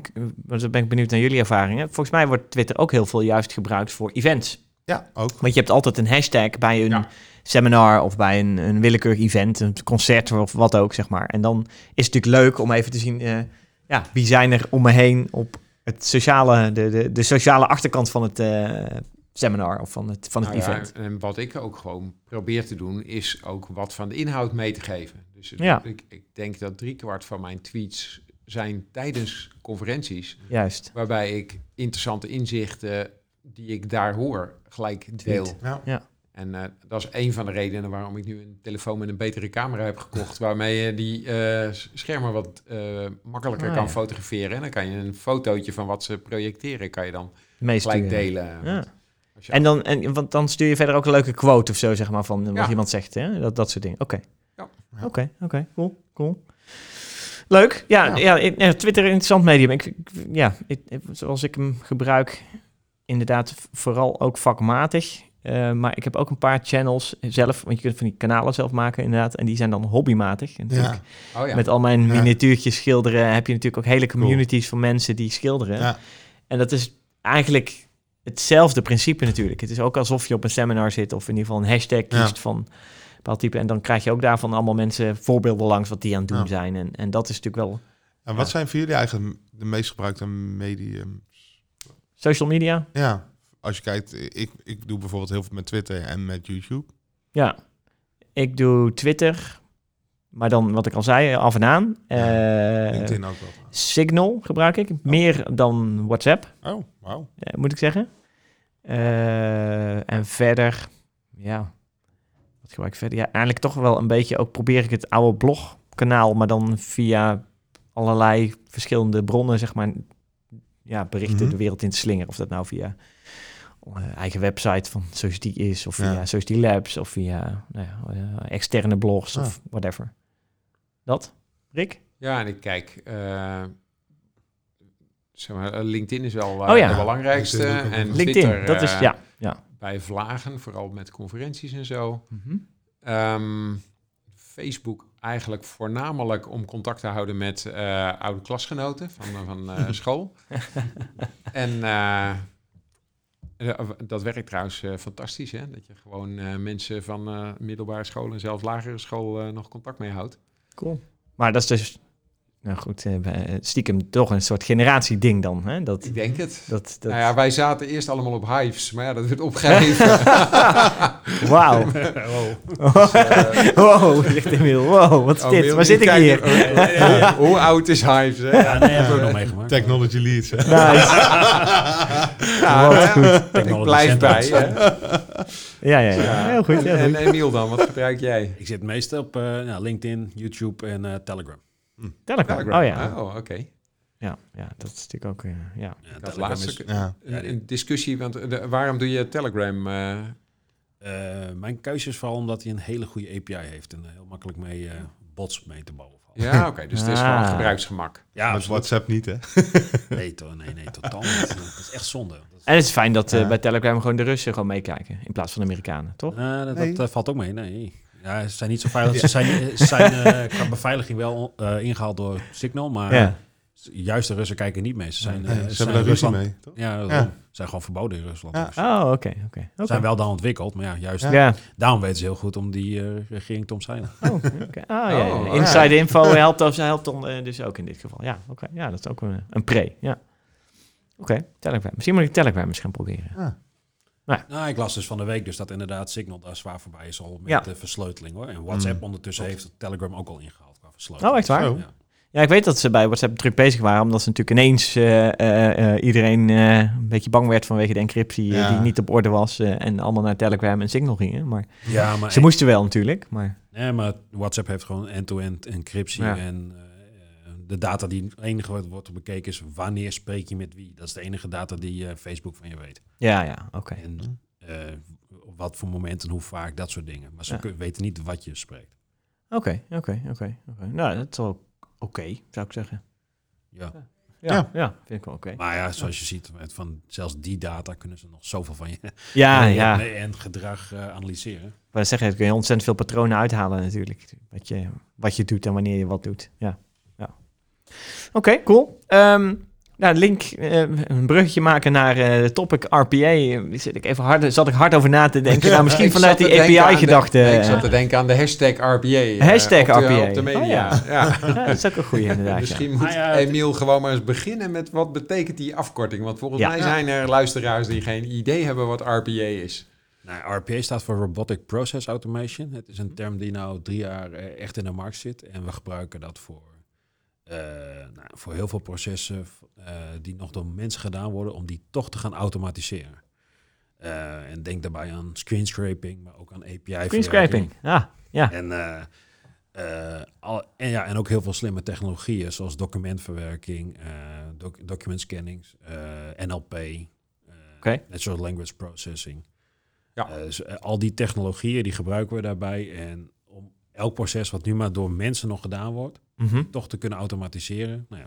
dan ben ik benieuwd naar jullie ervaringen. Volgens mij wordt Twitter ook heel veel juist gebruikt voor events. Ja, ook. Want je hebt altijd een hashtag bij een ja. seminar of bij een, een willekeurig event, een concert of wat ook, zeg maar. En dan is het natuurlijk leuk om even te zien, uh, ja, wie zijn er om me heen op het sociale, de, de, de sociale achterkant van het uh, seminar of van het, van het nou event. Ja, en wat ik ook gewoon probeer te doen, is ook wat van de inhoud mee te geven. Dus ja. ik, ik denk dat driekwart van mijn tweets zijn tijdens conferenties. Juist. Waarbij ik interessante inzichten die ik daar hoor, gelijk deel. Ja. Ja. En uh, dat is een van de redenen waarom ik nu een telefoon met een betere camera heb gekocht. Waarmee je die uh, schermen wat uh, makkelijker ah, kan ja. fotograferen. En dan kan je een fotootje van wat ze projecteren, kan je dan gelijk delen. Ja. Je... En, dan, en want dan stuur je verder ook een leuke quote of zo, zeg maar, van wat ja. iemand zegt. Hè? Dat, dat soort dingen. Oké. Okay. Ja. Oké, okay, oké. Okay. Cool, cool. Leuk. Ja, ja. ja, ja Twitter een interessant medium. Ik, ik, ja, ik, zoals ik hem gebruik, inderdaad vooral ook vakmatig. Uh, maar ik heb ook een paar channels zelf, want je kunt van die kanalen zelf maken inderdaad. En die zijn dan hobbymatig. En ja. Oh, ja. Met al mijn ja. miniatuurtjes schilderen heb je natuurlijk ook hele communities cool. van mensen die schilderen. Ja. En dat is eigenlijk hetzelfde principe natuurlijk. Het is ook alsof je op een seminar zit of in ieder geval een hashtag kiest ja. van een bepaald type. En dan krijg je ook daarvan allemaal mensen voorbeelden langs wat die aan het doen ja. zijn. En, en dat is natuurlijk wel... En wat ja. zijn voor jullie eigenlijk de meest gebruikte mediums? Social media? Ja. Als je kijkt, ik, ik doe bijvoorbeeld heel veel met Twitter en met YouTube. Ja, ik doe Twitter, maar dan wat ik al zei, af en aan. Ja, uh, LinkedIn ook wel. Signal gebruik ik, meer oh. dan WhatsApp. Oh, wauw. Uh, moet ik zeggen. Uh, en verder, ja, wat gebruik ik verder? Ja, eigenlijk toch wel een beetje, ook probeer ik het oude blogkanaal, maar dan via allerlei verschillende bronnen, zeg maar, ja, berichten mm-hmm. de wereld in te slingeren. Of dat nou via... Uh, eigen website van Society is, of via ja. Society Labs, of via nou ja, uh, externe blogs, ah. of whatever. Dat, Rick? Ja, en ik kijk, uh, zeg maar, LinkedIn is wel uh, oh, ja. de belangrijkste. En LinkedIn, Twitter, dat is, ja. ja. Bij vlagen, vooral met conferenties en zo. Mm-hmm. Um, Facebook eigenlijk voornamelijk om contact te houden met uh, oude klasgenoten van, van uh, school. en... Uh, Dat werkt trouwens uh, fantastisch, hè? Dat je gewoon uh, mensen van uh, middelbare school en zelfs lagere school uh, nog contact mee houdt. Cool. Maar dat is dus, nou goed, uh, stiekem toch een soort generatieding dan, hè? Dat, Ik denk het. Dat, dat... Nou ja, wij zaten eerst allemaal op Hives, maar ja, dat werd opgegeven. Wauw. Wow. Dus, uh, wow, zegt Emiel. Wow, wat is oh, dit? Waar zit ik hier? Oh, nee, nee, nee. Hoe oud is Hives, hè? Ja, nee, hebben we ook nog meegemaakt. Technology leads, hè? Nice. Ja, wow, goed. Ik blijf bij, hè? Ja, ja, ja. Heel goed. Ja, en Emiel dan, wat gebruik jij? Ik zit meestal op uh, nou, LinkedIn, YouTube en uh, Telegram. Hm. Telegram. Telegram, oh ja. Oh, oké. Okay. Ja, ja, dat is natuurlijk ook, uh, ja. ja dat laatste, is, ja. Een, een discussie, want de, waarom doe je Telegram? Uh... Uh, mijn keuze is vooral omdat hij een hele goede A P I heeft en heel makkelijk mee uh, bots mee te bouwen. Ja, oké, okay, dus ah. het is gewoon gebruiksgemak. Ja, met WhatsApp niet, hè? nee, to- nee, nee, totaal niet. Dat is echt zonde. Dat is... En het is fijn dat uh, ja. bij Telegram gewoon de Russen gewoon meekijken in plaats van de Amerikanen, toch? Uh, dat nee. dat uh, valt ook mee, nee. Ja, ze zijn niet zo veilig. Ze zijn, ze zijn uh, qua beveiliging wel uh, ingehaald door Signal, maar ja. juist de Russen kijken niet mee. Ze zijn, nee, uh, ze hebben daar Rusland mee, toch? Ja, ja. Ze zijn gewoon verboden in Rusland. Ja. Dus. Oh, oké. Okay, okay. Ze zijn wel dan ontwikkeld, maar ja, juist ja. Ja. daarom weten ze heel goed om die uh, regering te omzeilen. Oh, okay. ah, ja, ja. Inside info helpt, of, helpt dan uh, dus ook in dit geval. Ja, oké. Okay. Ja, dat is ook een, een pre. Ja. Oké, okay. Telegram. Misschien moet ik Telegram eens gaan proberen. Ah. Nou, nou, ik las dus van de week dus dat inderdaad Signal daar zwaar voorbij is al met ja. de versleuteling, hoor. En WhatsApp mm. ondertussen heeft Telegram ook al ingehaald qua versleuteling. Oh, echt waar? Ja. ja, ik weet dat ze bij WhatsApp druk bezig waren, omdat ze natuurlijk ineens uh, uh, uh, iedereen uh, een beetje bang werd vanwege de encryptie ja. uh, die niet op orde was uh, en allemaal naar Telegram en Signal gingen. Maar, ja, maar ze en... moesten wel natuurlijk. Maar... Nee, maar WhatsApp heeft gewoon end-to-end encryptie ja. en uh, de data die het enige wat wordt bekeken is wanneer spreek je met wie. Dat is de enige data die uh, Facebook van je weet. Ja, ja, oké. Okay. Uh, op wat voor momenten, hoe vaak, dat soort dingen. Maar ze ja. weten niet wat je spreekt. Oké, oké, oké. Nou, dat is wel oké, okay, zou ik zeggen. Ja. Ja, ja. ja vind ik wel oké. Okay. Maar ja, zoals je ziet, van zelfs die data kunnen ze nog zoveel van je ja, en, ja. en gedrag uh, analyseren. Maar zeg je, kun je ontzettend veel patronen uithalen natuurlijk. Wat je, wat je doet en wanneer je wat doet. Ja, ja. Oké, okay, cool. Um, Nou, link, uh, een bruggetje maken naar uh, de topic R P A. Zit ik even hard, zat ik hard over na te denken. Nou, misschien vanuit die A P I-gedachte. Nee, ik zat te denken aan de hashtag R P A. Hashtag uh, op R P A. De, op de media. Oh, ja. Ja. Ja, dat is ook een goeie inderdaad. Misschien ja. moet ah, ja, Emiel gewoon maar eens beginnen met wat betekent die afkorting. Want volgens ja. mij zijn er luisteraars die geen idee hebben wat R P A is. Nou, R P A staat voor Robotic Process Automation. Het is een term die nou drie jaar echt in de markt zit. En we gebruiken dat voor... Uh, nou, voor heel veel processen uh, die nog door mensen gedaan worden, om die toch te gaan automatiseren. Uh, en denk daarbij aan screen scraping, maar ook aan A P I. Screen scraping, ah, ja. En, uh, uh, al, en, ja, en ook heel veel slimme technologieën, zoals documentverwerking, uh, doc, document scanning, uh, N L P, uh, okay. natural language processing. Ja. Uh, dus, uh, al die technologieën die gebruiken we daarbij. En om elk proces wat nu maar door mensen nog gedaan wordt, mm-hmm. toch te kunnen automatiseren. Nou ja,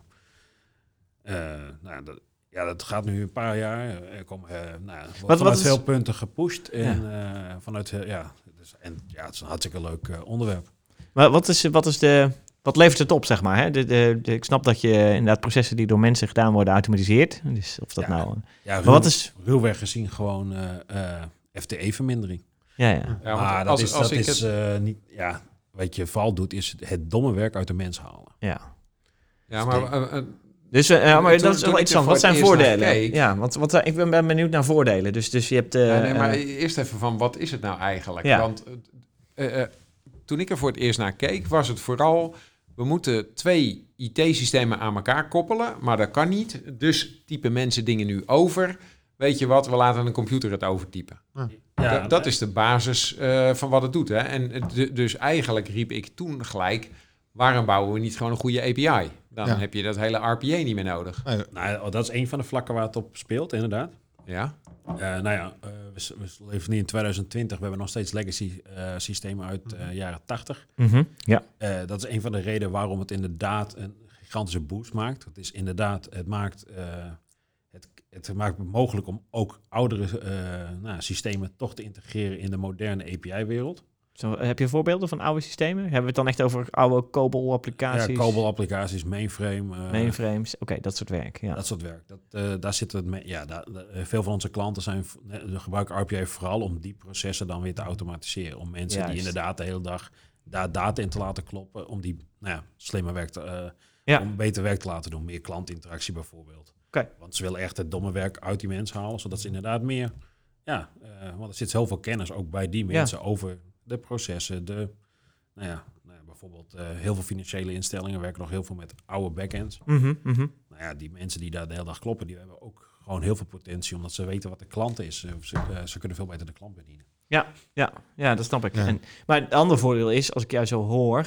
uh, nou, dat, ja, dat gaat nu een paar jaar. Er komen uh, nou, wordt wat, vanuit wat is... veel punten gepusht. En, ja. Uh, vanuit, uh, ja, dus, en ja, het is een hartstikke leuk uh, onderwerp. Maar wat is, wat is de... Wat levert het op, zeg maar? Hè? De, de, de, ik snap dat je inderdaad processen die door mensen gedaan worden automatiseerd. Dus of dat ja, nou... Ja, ruw, maar wat is... ruwweg gezien gewoon uh, uh, F T E-vermindering. Ja, ja. ja maar dat als, is, als dat is het... uh, niet... Ja, wat je vooral doet, is het domme werk uit de mens halen. Ja. Ja, maar... Uh, uh, dus uh, ja, maar toen, dat is wel interessant. Wat zijn voordelen? Keek, ja, want wat, ik ben, ben benieuwd naar voordelen. Dus, dus je hebt... Uh, ja, nee, maar uh, eerst even van, wat is het nou eigenlijk? Ja. Want uh, uh, toen ik er voor het eerst naar keek, was het vooral... We moeten twee I T-systemen aan elkaar koppelen, maar dat kan niet. Dus typen mensen dingen nu over. Weet je wat, we laten een computer het overtypen. Ja. Ja, dat, dat is de basis uh, van wat het doet. Hè? En d- dus eigenlijk riep ik toen gelijk... waarom bouwen we niet gewoon een goede A P I? Dan ja. heb je dat hele R P A niet meer nodig. Nee, nou, dat is een van de vlakken waar het op speelt, inderdaad. Ja. Uh, nou ja, uh, we, we leven nu in twintig twintig. We hebben nog steeds legacy uh, systemen uit de uh, jaren tachtig. Mm-hmm. Ja. Uh, dat is een van de redenen waarom het inderdaad een gigantische boost maakt. Het is inderdaad, het maakt, uh, het, het maakt het mogelijk om ook oudere uh, nou, systemen toch te integreren in de moderne A P I-wereld. Zo, heb je voorbeelden van oude systemen? Hebben we het dan echt over oude COBOL-applicaties? Ja, COBOL-applicaties, mainframe. Uh, Mainframes, oké, okay, dat soort werk. Ja. Dat soort werk. Dat, uh, daar zitten het mee. Ja, daar, daar, veel van onze klanten zijn, uh, gebruiken R P A vooral om die processen dan weer te automatiseren. Om mensen Juist. die inderdaad de hele dag daar data in te laten kloppen, om die nou ja, slimmer werk te, uh, ja. om beter werk te laten doen. Meer klantinteractie bijvoorbeeld. Okay. Want ze willen echt het domme werk uit die mensen halen, zodat ze inderdaad meer... Ja, uh, want er zit zoveel kennis ook bij die mensen ja. over... de processen, de, nou ja, nou ja bijvoorbeeld uh, heel veel financiële instellingen werken nog heel veel met oude backends. Mm-hmm, mm-hmm. Nou ja, die mensen die daar de hele dag kloppen, die hebben ook gewoon heel veel potentie, omdat ze weten wat de klant is. Uh, ze, uh, ze kunnen veel beter de klant bedienen. Ja, ja, ja dat snap ik. Ja. En, maar het andere voordeel is, als ik jou zo hoor,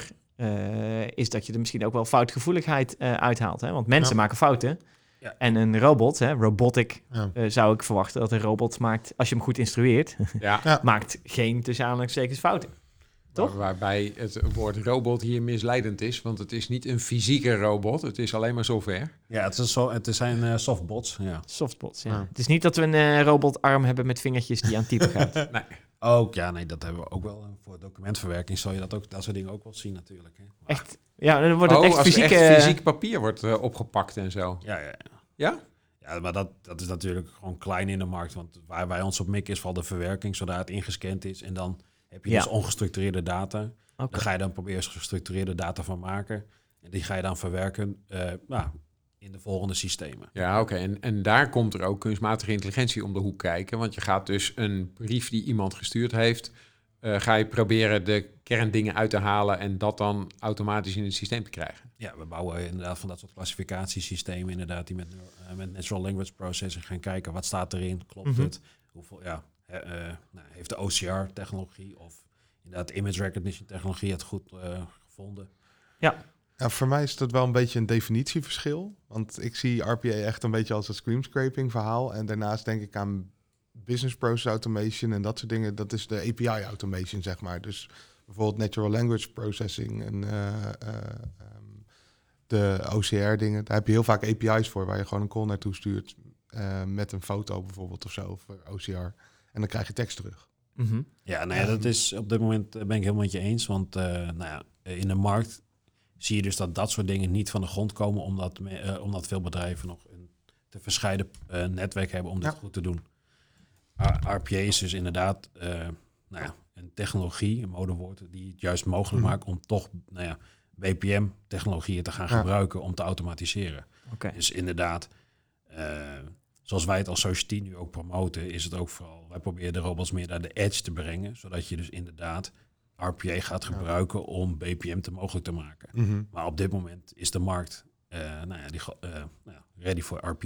uh, is dat je er misschien ook wel foutgevoeligheid uh, uithaalt. Hè? Want mensen ja. maken fouten. Ja. En een robot, hè, robotic, ja. uh, zou ik verwachten dat een robot maakt, als je hem goed instrueert, ja. ja. maakt geen tussen aanhalingstekens fouten. Toch? Waar, waarbij het woord robot hier misleidend is, want het is niet een fysieke robot, het is alleen maar software. Ja, het, is zo, het zijn uh, softbots. Ja. Softbots, ja. ja. Het is niet dat we een uh, robotarm hebben met vingertjes die aan het typen gaat. Nee. Ook, ja, nee, dat hebben we ook wel. Voor documentverwerking zal je dat ook, dat soort dingen ook wel zien natuurlijk. Hè. Maar... Echt? Ja, dan wordt het oh, echt als fysiek... echt fysiek papier wordt uh, opgepakt en zo. Ja, ja, ja. Ja? Ja, maar dat, dat is natuurlijk gewoon klein in de markt. Want waar wij ons op mikken is vooral de verwerking, zodra het ingescand is. En dan heb je ja. dus ongestructureerde data. Okay. Dan ga je dan proberen gestructureerde data van maken. En die ga je dan verwerken uh, nou, in de volgende systemen. Ja, oké. Okay. En, en daar komt er ook kunstmatige intelligentie om de hoek kijken. Want je gaat dus een brief die iemand gestuurd heeft... Uh, ga je proberen de kerndingen uit te halen en dat dan automatisch in het systeem te krijgen. Ja, we bouwen inderdaad van dat soort klassificatiesystemen inderdaad die met, uh, met natural language processing gaan kijken. Wat staat erin? Klopt mm-hmm. het? Hoeveel, ja, uh, nou, heeft de O C R-technologie of inderdaad image recognition technologie het goed uh, gevonden? Ja. Ja, voor mij is dat wel een beetje een definitieverschil. Want ik zie R P A echt een beetje als een screen scraping verhaal. En daarnaast denk ik aan business process automation en dat soort dingen. Dat is de A P I automation, zeg maar. Dus bijvoorbeeld natural language processing en uh, uh, um, de O C R dingen. Daar heb je heel vaak A P I's voor, waar je gewoon een call naartoe stuurt uh, met een foto bijvoorbeeld of zo, voor O C R. En dan krijg je tekst terug. Mm-hmm. Ja, nou ja, dat is op dit moment ben ik helemaal met je eens. Want uh, nou ja, in de markt zie je dus dat dat soort dingen niet van de grond komen, omdat, uh, omdat veel bedrijven nog een te verscheiden uh, netwerk hebben om dit ja. goed te doen. R P A is dus inderdaad uh, nou ja, een technologie, een modewoord, die het juist mogelijk mm. maakt om toch nou ja, B P M-technologieën te gaan ja. gebruiken om te automatiseren. Okay. Dus inderdaad, uh, zoals wij het als Society nu ook promoten, is het ook vooral, wij proberen de robots meer naar de edge te brengen, zodat je dus inderdaad R P A gaat gebruiken ja. om B P M te mogelijk te maken. Mm-hmm. Maar op dit moment is de markt uh, nou ja, die, uh, nou ja, ready voor R P A.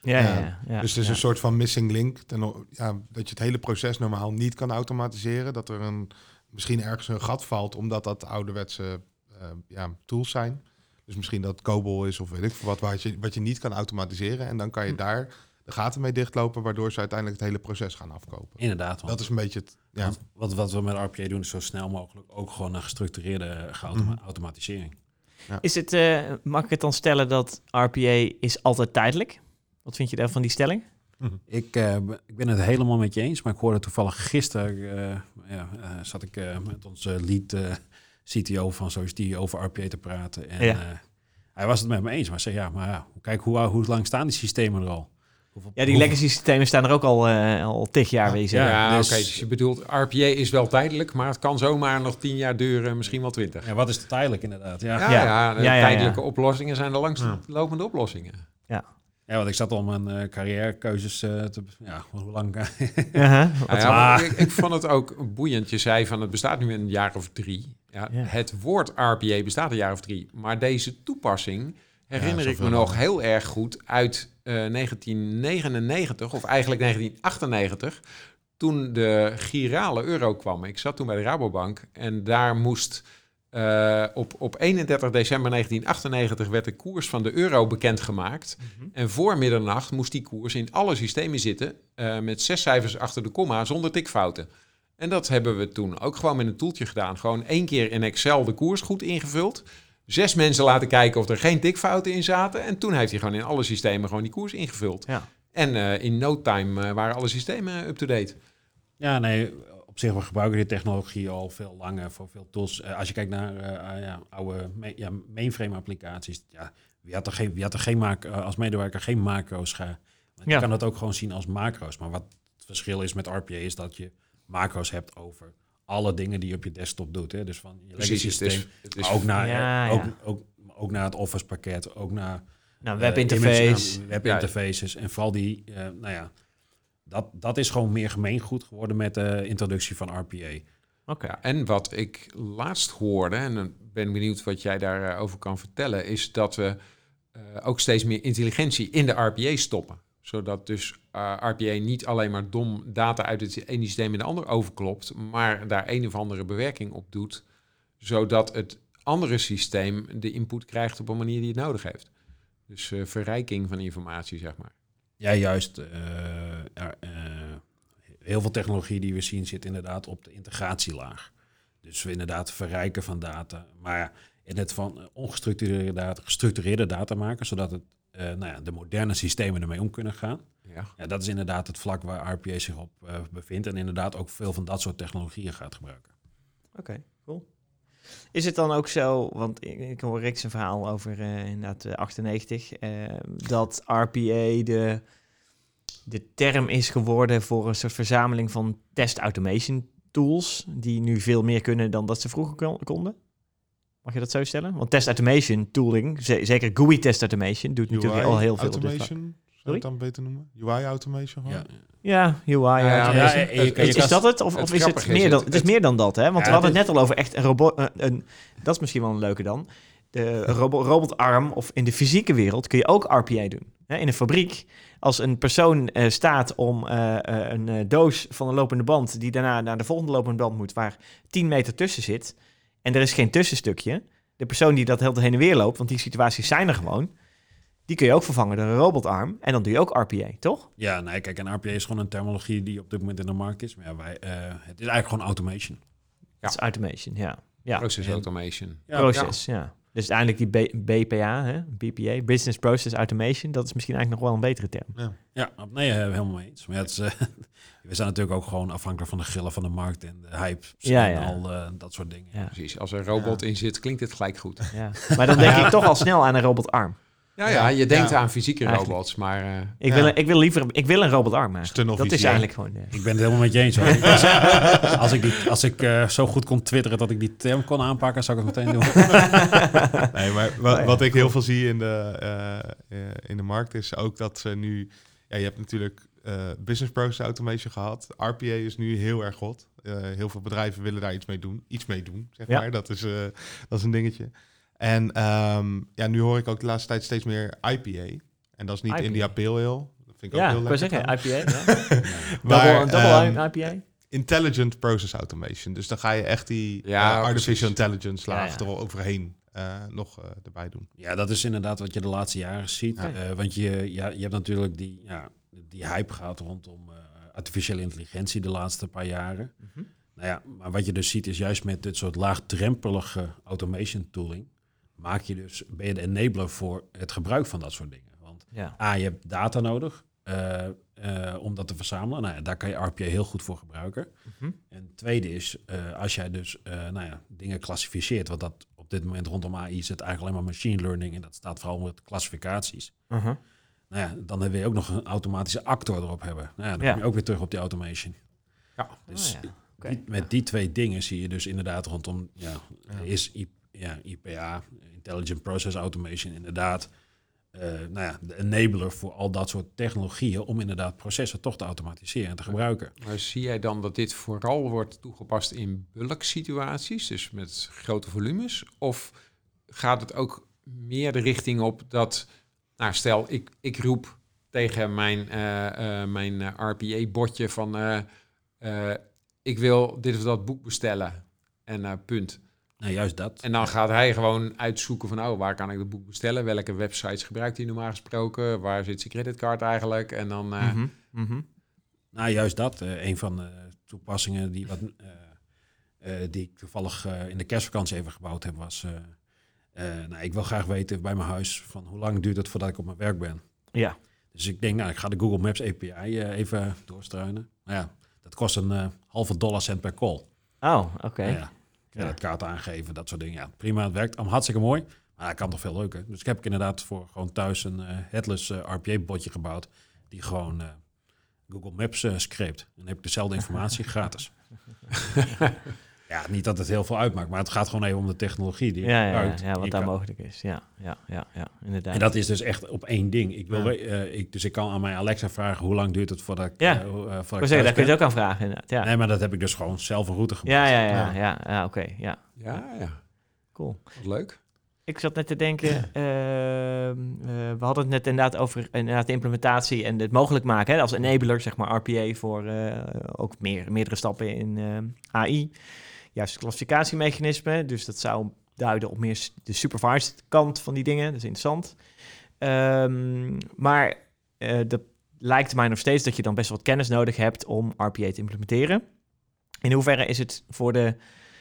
Ja, ja, ja, ja, dus het is ja. een soort van missing link. Ten, ja, dat je het hele proces normaal niet kan automatiseren. Dat er een, misschien ergens een gat valt, omdat dat ouderwetse uh, ja, tools zijn. Dus misschien dat COBOL is of weet ik veel wat, wat je, wat je niet kan automatiseren. En dan kan je daar de gaten mee dichtlopen, waardoor ze uiteindelijk het hele proces gaan afkopen. Inderdaad. Want, dat is een beetje het... Ja. Want wat, wat we met R P A doen is zo snel mogelijk ook gewoon een gestructureerde geautoma- Mm-hmm. automatisering. Ja. Is het, uh, mag ik het dan stellen dat R P A is altijd tijdelijk? Wat vind je daar van die stelling? Mm-hmm. Ik, uh, ik ben het helemaal met je eens, maar ik hoorde toevallig gisteren, uh, ja, uh, zat ik uh, met onze lead uh, C T O van Société over R P A te praten. En ja. uh, hij was het met me eens, maar zei ja, maar ja, kijk hoe, hoe lang staan die systemen er al? Hoeveel, ja, die hoeveel... legacy systemen staan er ook al, uh, al tig jaar ja, wezen. Ja, ja dus... oké. Okay, dus je bedoelt, R P A is wel tijdelijk, maar het kan zomaar nog tien jaar duren, misschien wel twintig. Ja, wat is de tijdelijk inderdaad? Ja, ja, ja, ja, de ja, ja tijdelijke ja. oplossingen zijn de langstlopende ja. oplossingen. Ja. Ja, want ik zat al mijn uh, carrièrekeuzes uh, te... Ja, hoe lang... uh-huh. ja, ja, ik, ik vond het ook boeiend. Je zei van, het bestaat nu een jaar of drie. Ja, ja. Het woord R P A bestaat een jaar of drie. Maar deze toepassing herinner ja, ik me nog lang. heel erg goed uit uh, negentien negenennegentig, of eigenlijk negentien achtennegentig, toen de girale euro kwam. Ik zat toen bij de Rabobank en daar moest... Uh, op, op eenendertig december negentien achtennegentig werd de koers van de euro bekendgemaakt. Mm-hmm. En voor middernacht moest die koers in alle systemen zitten... Uh, met zes cijfers achter de komma, zonder tikfouten. En dat hebben we toen ook gewoon met een toeltje gedaan. Gewoon één keer in Excel de koers goed ingevuld. Zes mensen laten kijken of er geen tikfouten in zaten. En toen heeft hij gewoon in alle systemen gewoon die koers ingevuld. Ja. En uh, in no time uh, waren alle systemen up-to-date. Ja, nee... Op zich, we gebruiken die technologie al veel langer voor veel tools. Uh, als je kijkt naar uh, ja, oude me- ja, mainframe applicaties, ja, wie had er geen, wie had er geen maak, uh, als medewerker geen macro's gaan. Je ja. kan dat ook gewoon zien als macro's. Maar wat het verschil is met R P A is dat je macro's hebt over alle dingen die je op je desktop doet. Hè. Dus van je legacy systeem, het is, het is ook, naar, ja, uh, ja. Ook, ook, ook naar het Office pakket, ook naar nou, webinterface, uh, webinterfaces ja. en vooral die, uh, nou ja. Dat, dat is gewoon meer gemeengoed geworden met de introductie van R P A. Oké. Okay. Ja, en wat ik laatst hoorde, en dan ben ik benieuwd wat jij daarover kan vertellen, is dat we uh, ook steeds meer intelligentie in de R P A stoppen. Zodat dus uh, R P A niet alleen maar dom data uit het ene systeem in de ander overklopt, maar daar een of andere bewerking op doet, zodat het andere systeem de input krijgt op een manier die het nodig heeft. Dus uh, verrijking van informatie, zeg maar. Ja, juist. Uh, ja, uh, heel veel technologie die we zien zit inderdaad op de integratielaag. Dus we inderdaad verrijken van data. Maar in het van ongestructureerde data, gestructureerde data maken, zodat het, uh, nou ja, de moderne systemen ermee om kunnen gaan. Ja. Ja, dat is inderdaad het vlak waar R P A zich op uh, bevindt. En inderdaad ook veel van dat soort technologieën gaat gebruiken. Oké, okay, cool. Is het dan ook zo, want ik, ik hoor Rick zijn verhaal over uh, inderdaad uh, achtennegentig, uh, dat R P A de, de term is geworden voor een soort verzameling van test automation tools, die nu veel meer kunnen dan dat ze vroeger kon, konden? Mag je dat zo stellen? Want test automation tooling, z- zeker G U I test automation, doet U I natuurlijk al heel veel automation, op dit vlak. Zou je het dan beter noemen? U I automation? Ja. Ja, U I. Ja, ja, ja, ja, is, is, is dat het? Of, of is het meer dan? Het, het is meer dan dat, hè? Want ja, we hadden het net al over echt een robot. Een, een, dat is misschien wel een leuke dan. De robot, robotarm of in de fysieke wereld kun je ook R P A doen. Hè? In een fabriek, als een persoon uh, staat om uh, uh, een uh, doos van een lopende band die daarna naar de volgende lopende band moet, waar tien meter tussen zit, en er is geen tussenstukje. De persoon die dat heel heen en weer loopt, want die situaties zijn er gewoon. Die kun je ook vervangen door een robotarm. En dan doe je ook R P A, toch? Ja, nee, kijk, en R P A is gewoon een terminologie die op dit moment in de markt is. Maar ja, wij, uh, het is eigenlijk gewoon automation. Ja. Het is automation, ja. ja. Process automation. Ja, Proces, ja. ja. Dus uiteindelijk die B- BPA, hè? B P A, Business Process Automation, dat is misschien eigenlijk nog wel een betere term. Ja, ja nee, helemaal mee eens. Maar ja, het is, uh, we zijn natuurlijk ook gewoon afhankelijk van de grillen van de markt en de hype ja, en ja. al uh, dat soort dingen. Ja. Precies, als er een robot ja. in zit, klinkt het gelijk goed. Ja. Maar dan denk ik toch al snel aan een robotarm. Ja, ja, je denkt ja. aan fysieke eigenlijk. robots, maar... Uh, ik, ja. wil, ik wil liever... Ik wil een robotarm eigenlijk. Dat is eigenlijk gewoon... Uh, ik ben het helemaal met je eens. Hoor. als ik, die, als ik uh, zo goed kon twitteren dat ik die term kon aanpakken, zou ik het meteen doen. Nee, maar wat, oh, ja. wat ik heel veel zie in de, uh, uh, in de markt is ook dat ze nu... Ja, je hebt natuurlijk uh, business process automation gehad. R P A is nu heel erg hot. Uh, heel veel bedrijven willen daar iets mee doen. Iets mee doen, zeg ja. maar. Dat is, uh, dat is een dingetje. En um, ja, nu hoor ik ook de laatste tijd steeds meer I P A. En dat is niet I P A. India Pale Ale. Dat vind ik Ja, ook heel ik wou lekker. zeggen, I P A. Ja. Maar, double double um, I P A. Intelligent Process Automation. Dus dan ga je echt die Ja, uh, artificial precies. intelligence laag Ja, ja. er overheen uh, nog uh, erbij doen. Ja, dat is inderdaad wat je de laatste jaren ziet. Ja. Uh, want je, ja, je hebt natuurlijk die, ja, die hype gehad rondom uh, artificiële intelligentie de laatste paar jaren. Mhm. Nou ja, maar wat je dus ziet is juist met dit soort laagdrempelige automation tooling maak je dus, ben je de enabler voor het gebruik van dat soort dingen. Want Ja. A, je hebt data nodig uh, uh, om dat te verzamelen. Nou ja, daar kan je R P A heel goed voor gebruiken. Mhm. En het tweede is, uh, als jij dus uh, nou ja, dingen klassificeert, want dat op dit moment rondom A I is het eigenlijk alleen maar machine learning en dat staat vooral met klassificaties. Uh-huh. Nou ja, dan wil je ook nog een automatische actor erop hebben. Nou ja, dan Ja. kom je ook weer terug op die automation. Ja. Dus Oh, ja. Oké. die, met die twee dingen zie je dus inderdaad rondom, ja, Ja. is I, ja, I P A, Intelligent Process Automation, inderdaad, uh, nou ja, de enabler voor al dat soort technologieën om inderdaad processen toch te automatiseren en te gebruiken. Maar zie jij dan dat dit vooral wordt toegepast in bulk situaties, dus met grote volumes? Of gaat het ook meer de richting op dat, nou stel ik, ik roep tegen mijn, uh, uh, mijn uh, R P A-botje van uh, uh, ik wil dit of dat boek bestellen en uh, punt. Nou, juist dat. En dan gaat hij gewoon uitzoeken van, oh, waar kan ik het boek bestellen? Welke websites gebruikt hij normaal gesproken? Waar zit zijn creditcard eigenlijk? En dan... Uh, Mhm. Mhm. Nou, juist dat. Uh, een van de toepassingen die, wat, uh, uh, die ik toevallig uh, in de kerstvakantie even gebouwd heb, was... Uh, uh, nou, ik wil graag weten bij mijn huis van hoe lang duurt het voordat ik op mijn werk ben. Ja. Dus ik denk, nou, ik ga de Google Maps A P I uh, even doorstruinen. Nou ja, dat kost een uh, halve dollar cent per call. Oh, oké. Okay. Nou ja, creditcard aangeven, dat soort dingen. Ja, prima, het werkt allemaal hartstikke mooi. Maar dat kan toch veel leuker. Dus ik heb ik inderdaad voor gewoon thuis een uh, headless uh, R P A-botje gebouwd die gewoon uh, Google Maps uh, screept. En dan heb ik dezelfde informatie gratis. Ja, niet dat het heel veel uitmaakt, maar het gaat gewoon even om de technologie die je Ja, ja, gebruikt. ja, wat Je daar kan- mogelijk is. Ja, ja, ja, ja, inderdaad. En dat is dus echt op één ding. Ik wil, Ja. we- uh, ik, dus ik kan aan mijn Alexa vragen hoe lang duurt het voordat ik... Ja. uh, uh, voordat Ik ik wou thuis zeggen, daar kun je ben. het ook aan vragen, inderdaad. Ja, Nee, maar dat heb ik dus gewoon zelf een route gemaakt. ja, ja, ja, Ja. ja, ja, oké, ja. ja, ja, Cool. wat leuk. Ik zat net te denken, ehm, uh, we hadden het net inderdaad over inderdaad de implementatie en het mogelijk maken, hè, als enabler, zeg maar R P A voor uh, ook meer, meerdere stappen in uh, A I. Juist het klassificatiemechanisme, dus dat zou duiden op meer de supervised kant van die dingen, dat is interessant. Um, maar uh, dat lijkt mij nog steeds dat je dan best wel wat kennis nodig hebt om R P A te implementeren. In hoeverre is het voor de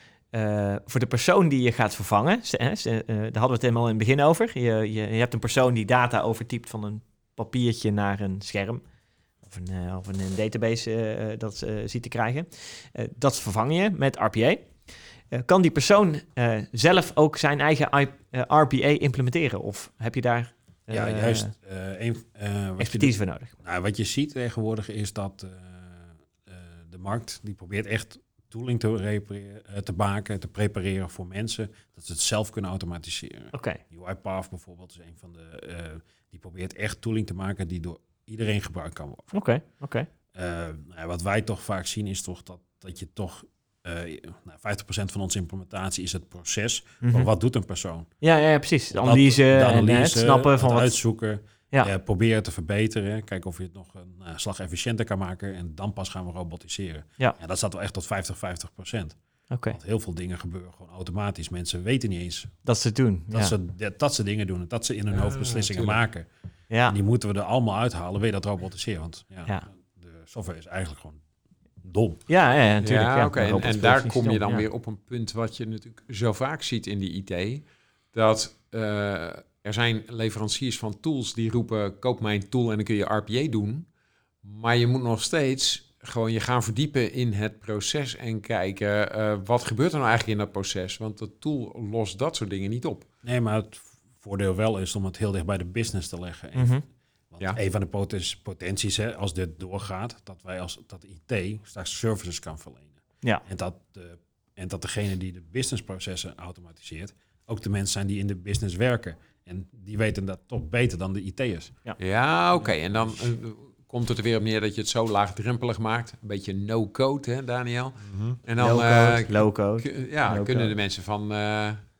Uh, voor de persoon die je gaat vervangen, uh, uh, daar hadden we het helemaal in het begin over. Je, je, je hebt een persoon die data overtypt van een papiertje naar een scherm. Of een, uh, of een database uh, dat uh, ziet te krijgen. Uh, dat vervang je met R P A. Uh, kan die persoon uh, zelf ook zijn eigen I, uh, R P A implementeren? Of heb je daar uh, Ja, juist. Uh, een, uh, wat expertise je, voor nodig? Nou, wat je ziet tegenwoordig is dat uh, uh, de markt die probeert echt tooling te, repareren, te maken, te prepareren voor mensen, dat ze het zelf kunnen automatiseren. Oké. Okay. UiPath bijvoorbeeld is een van de, uh, die probeert echt tooling te maken die door iedereen gebruikt kan worden. Oké, okay, oké. Okay. Uh, nou, wat wij toch vaak zien is toch dat, dat je toch, uh, nou, vijftig procent van onze implementatie is het proces. Mm-hmm. Maar wat doet een persoon? Ja, ja, precies. De analyse, de analyse en het snappen van het wat... uitzoeken. Ja. Uh, proberen te verbeteren. Kijken of je het nog een uh, slag efficiënter kan maken. En dan pas gaan we robotiseren. Ja. Ja, dat staat wel echt tot vijftig, vijftig procent. Okay. Want heel veel dingen gebeuren gewoon automatisch. Mensen weten niet eens dat ze het doen. Dat, ja. ze, dat, dat ze dingen doen. En dat ze in hun ja, hoofd beslissingen maken. Ja. En die moeten we er allemaal uithalen. Wil je dat robotiseren? Want ja, ja. de software is eigenlijk gewoon dom. Ja, ja, ja natuurlijk. Ja, ja, oké. En, en daar kom je dan ja. weer op een punt wat je natuurlijk zo vaak ziet in die I T. Dat... Uh, Er zijn leveranciers van tools die roepen, koop mijn tool en dan kun je R P A doen. Maar je moet nog steeds gewoon je gaan verdiepen in het proces en kijken, uh, wat gebeurt er nou eigenlijk in dat proces? Want de tool lost dat soort dingen niet op. Nee, maar het voordeel wel is om het heel dicht bij de business te leggen. Mm-hmm. Want ja. een van de poten- potenties, hè, als dit doorgaat, dat wij als dat I T straks services kan verlenen. Ja. En dat de, en dat degene die de businessprocessen automatiseert, ook de mensen zijn die in de business werken. En die weten dat toch beter dan de I T'ers. Ja, ja oké. Okay. En dan uh, komt het er weer op neer dat je het zo laagdrempelig maakt. Een beetje no-code, hè, Daniel? Mm-hmm. En dan no-code, uh, low-code. K- ja, no kunnen code. de mensen van uh,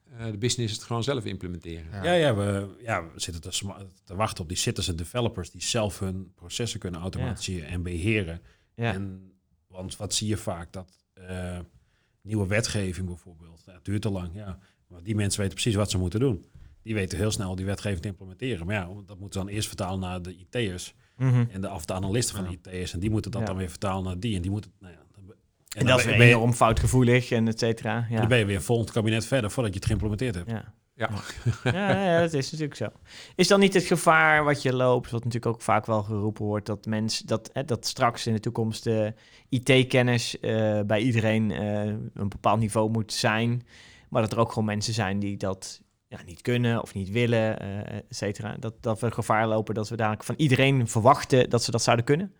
uh, de business het gewoon zelf implementeren. Ja, ja, ja, we, ja we zitten te, sma- te wachten op die citizen developers die zelf hun processen kunnen automatiseren ja. en beheren. Ja. En, want wat zie je vaak? Dat uh, nieuwe wetgeving bijvoorbeeld, ja, het duurt te lang. Ja, maar die mensen weten precies wat ze moeten doen. Die weten heel snel die wetgeving te implementeren. Maar ja, dat moeten ze dan eerst vertalen naar de I T'ers. Mm-hmm. En de, of de analisten van ja. de I T'ers. En die moeten dat ja. dan weer vertalen naar die. En die moeten... Nou ja, en, en dat is weer enorm foutgevoelig en et cetera. Ja. En dan ben je weer een volgend kabinet verder voordat je het geïmplementeerd hebt. Ja. Ja. ja, ja, dat is natuurlijk zo. Is dan niet het gevaar wat je loopt, wat natuurlijk ook vaak wel geroepen wordt, dat mensen dat, hè, dat straks in de toekomst de I T-kennis uh, bij iedereen uh, een bepaald niveau moet zijn, maar dat er ook gewoon mensen zijn die dat ja, niet kunnen of niet willen, uh, et cetera. Dat, dat we gevaar lopen dat we dadelijk van iedereen verwachten dat ze dat zouden kunnen.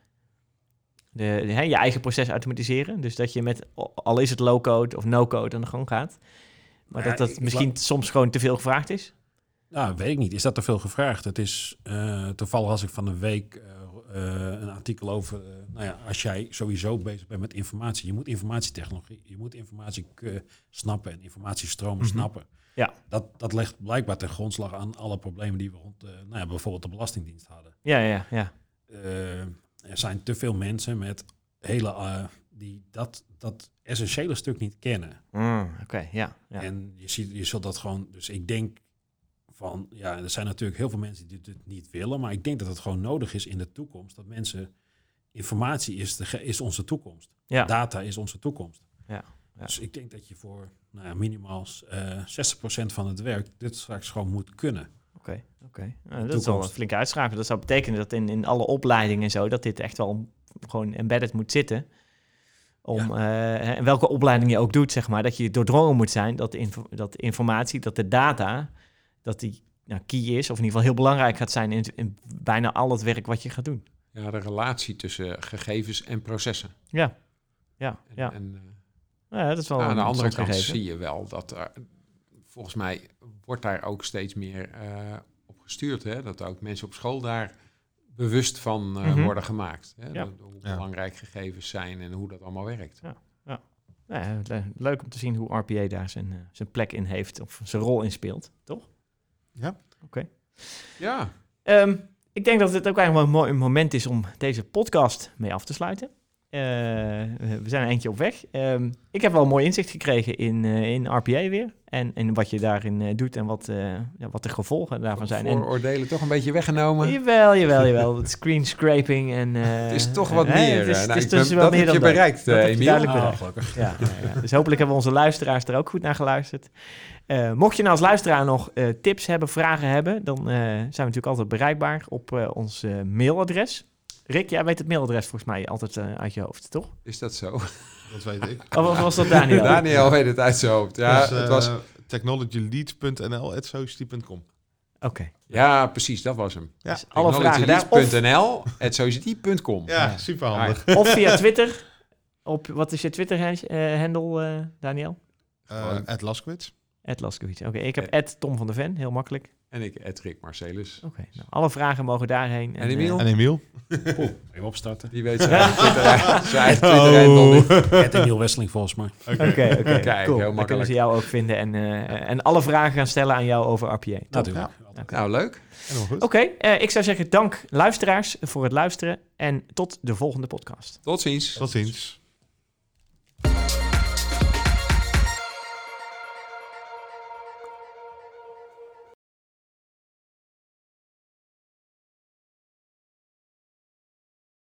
De, de, hè, je eigen proces automatiseren. Dus dat je met, al is het low-code of no-code aan de gang gaat. Maar ja, dat dat misschien la- soms gewoon te veel gevraagd is? Nou, weet ik niet. Is dat te veel gevraagd? Het is uh, toevallig als ik van de week uh, uh, een artikel over... Uh, nou ja, als jij sowieso bezig bent met informatie... je moet informatietechnologie, je moet informatie uh, snappen... en informatiestromen mm-hmm. snappen. Ja. Dat, dat legt blijkbaar ten grondslag aan alle problemen... die we rond uh, nou ja, bijvoorbeeld de Belastingdienst hadden. Ja, ja, ja. Uh, er zijn te veel mensen met hele... Uh, die dat, dat essentiële stuk niet kennen. Mm, Oké, okay, ja, ja. En je ziet, je zult dat gewoon... Dus ik denk van... Ja, er zijn natuurlijk heel veel mensen die dit niet willen... maar ik denk dat het gewoon nodig is in de toekomst... dat mensen... Informatie is, de, is onze toekomst. Ja. Data is onze toekomst. Ja, ja. Dus ik denk dat je voor nou ja, minimaal uh, zestig procent van het werk... dit straks gewoon moet kunnen. Oké, okay, oké. Okay. Nou, dat is wel een flinke uitspraak. Dat zou betekenen dat in, in alle opleidingen en zo... dat dit echt wel gewoon embedded moet zitten... Om, ja. uh, en welke opleiding je ook doet, zeg maar, dat je doordrongen moet zijn dat de, info, dat de informatie, dat de data, dat die nou, key is, of in ieder geval heel belangrijk gaat zijn in, in bijna al het werk wat je gaat doen. Ja, de relatie tussen gegevens en processen. Ja, ja, en, ja. En, uh, ja dat is wel nou, een aan de andere kant gegeven. zie je wel dat er, volgens mij wordt daar ook steeds meer uh, op gestuurd, hè? Dat ook mensen op school daar bewust van uh, mm-hmm. worden gemaakt. Hè? Ja. Hoe ja. belangrijk gegevens zijn en hoe dat allemaal werkt. Ja, ja. ja le- leuk om te zien hoe R P A daar zijn, uh, zijn plek in heeft of zijn rol in speelt, toch? Ja. Oké. Okay. Ja. Um, ik denk dat het ook eigenlijk wel een mooi moment is om deze podcast mee af te sluiten. Uh, we zijn een eindje op weg. Um, ik heb wel een mooi inzicht gekregen in, uh, in R P A weer. En, en wat je daarin uh, doet en wat, uh, ja, wat de gevolgen daarvan zijn. Vooroordelen toch een beetje weggenomen? Jawel, jawel, jawel. Het screen scraping en... Uh, het is toch wat uh, meer. Het is, nou, het is ik dus ben, wel dat meer heb je dan bereikt, dat. uh, Dat Emiel. Duidelijk oh, bereikt. Ja, ja, ja. Dus hopelijk hebben onze luisteraars er ook goed naar geluisterd. Uh, mocht je nou als luisteraar nog uh, tips hebben, vragen hebben... dan uh, zijn we natuurlijk altijd bereikbaar op uh, ons uh, mailadres... Rick, jij weet het mailadres volgens mij altijd uh, uit je hoofd, toch? Is dat zo? Dat weet ik. Of was dat Daniel? Daniel weet het uit zijn hoofd. Ja, dus, uh, het was technologyleads punt n l at society punt com. Oké. Okay. Ja, precies, dat was hem. Ja. Dus alle vragen daar. technologyleads punt n l at society punt com. Ja, ja, super handig. Of via Twitter. Op, wat is je Twitter-handle, uh, Daniel? Uh, at Laskowitz. At Laskowitz. Oké, okay, ik heb at Tom van der Ven, heel makkelijk. En ik, at Rick Marcelus. Oké, okay, nou, alle vragen mogen daarheen. En, en Emiel? Uh, en Emiel? Oeh, even opstarten. Die weet zijn eigen Twitter, zijn eigen Twitter-handle niet. Het Emiel Wesseling volgens mij. Oké, oké, oké. Kijk, cool. heel Dan makkelijk. kunnen ze jou ook vinden en, uh, en alle vragen gaan stellen aan jou over R P A. Natuurlijk. Ja. Okay. Nou, leuk. Oké, okay, uh, ik zou zeggen dank luisteraars voor het luisteren en tot de volgende podcast. Tot ziens. Tot ziens.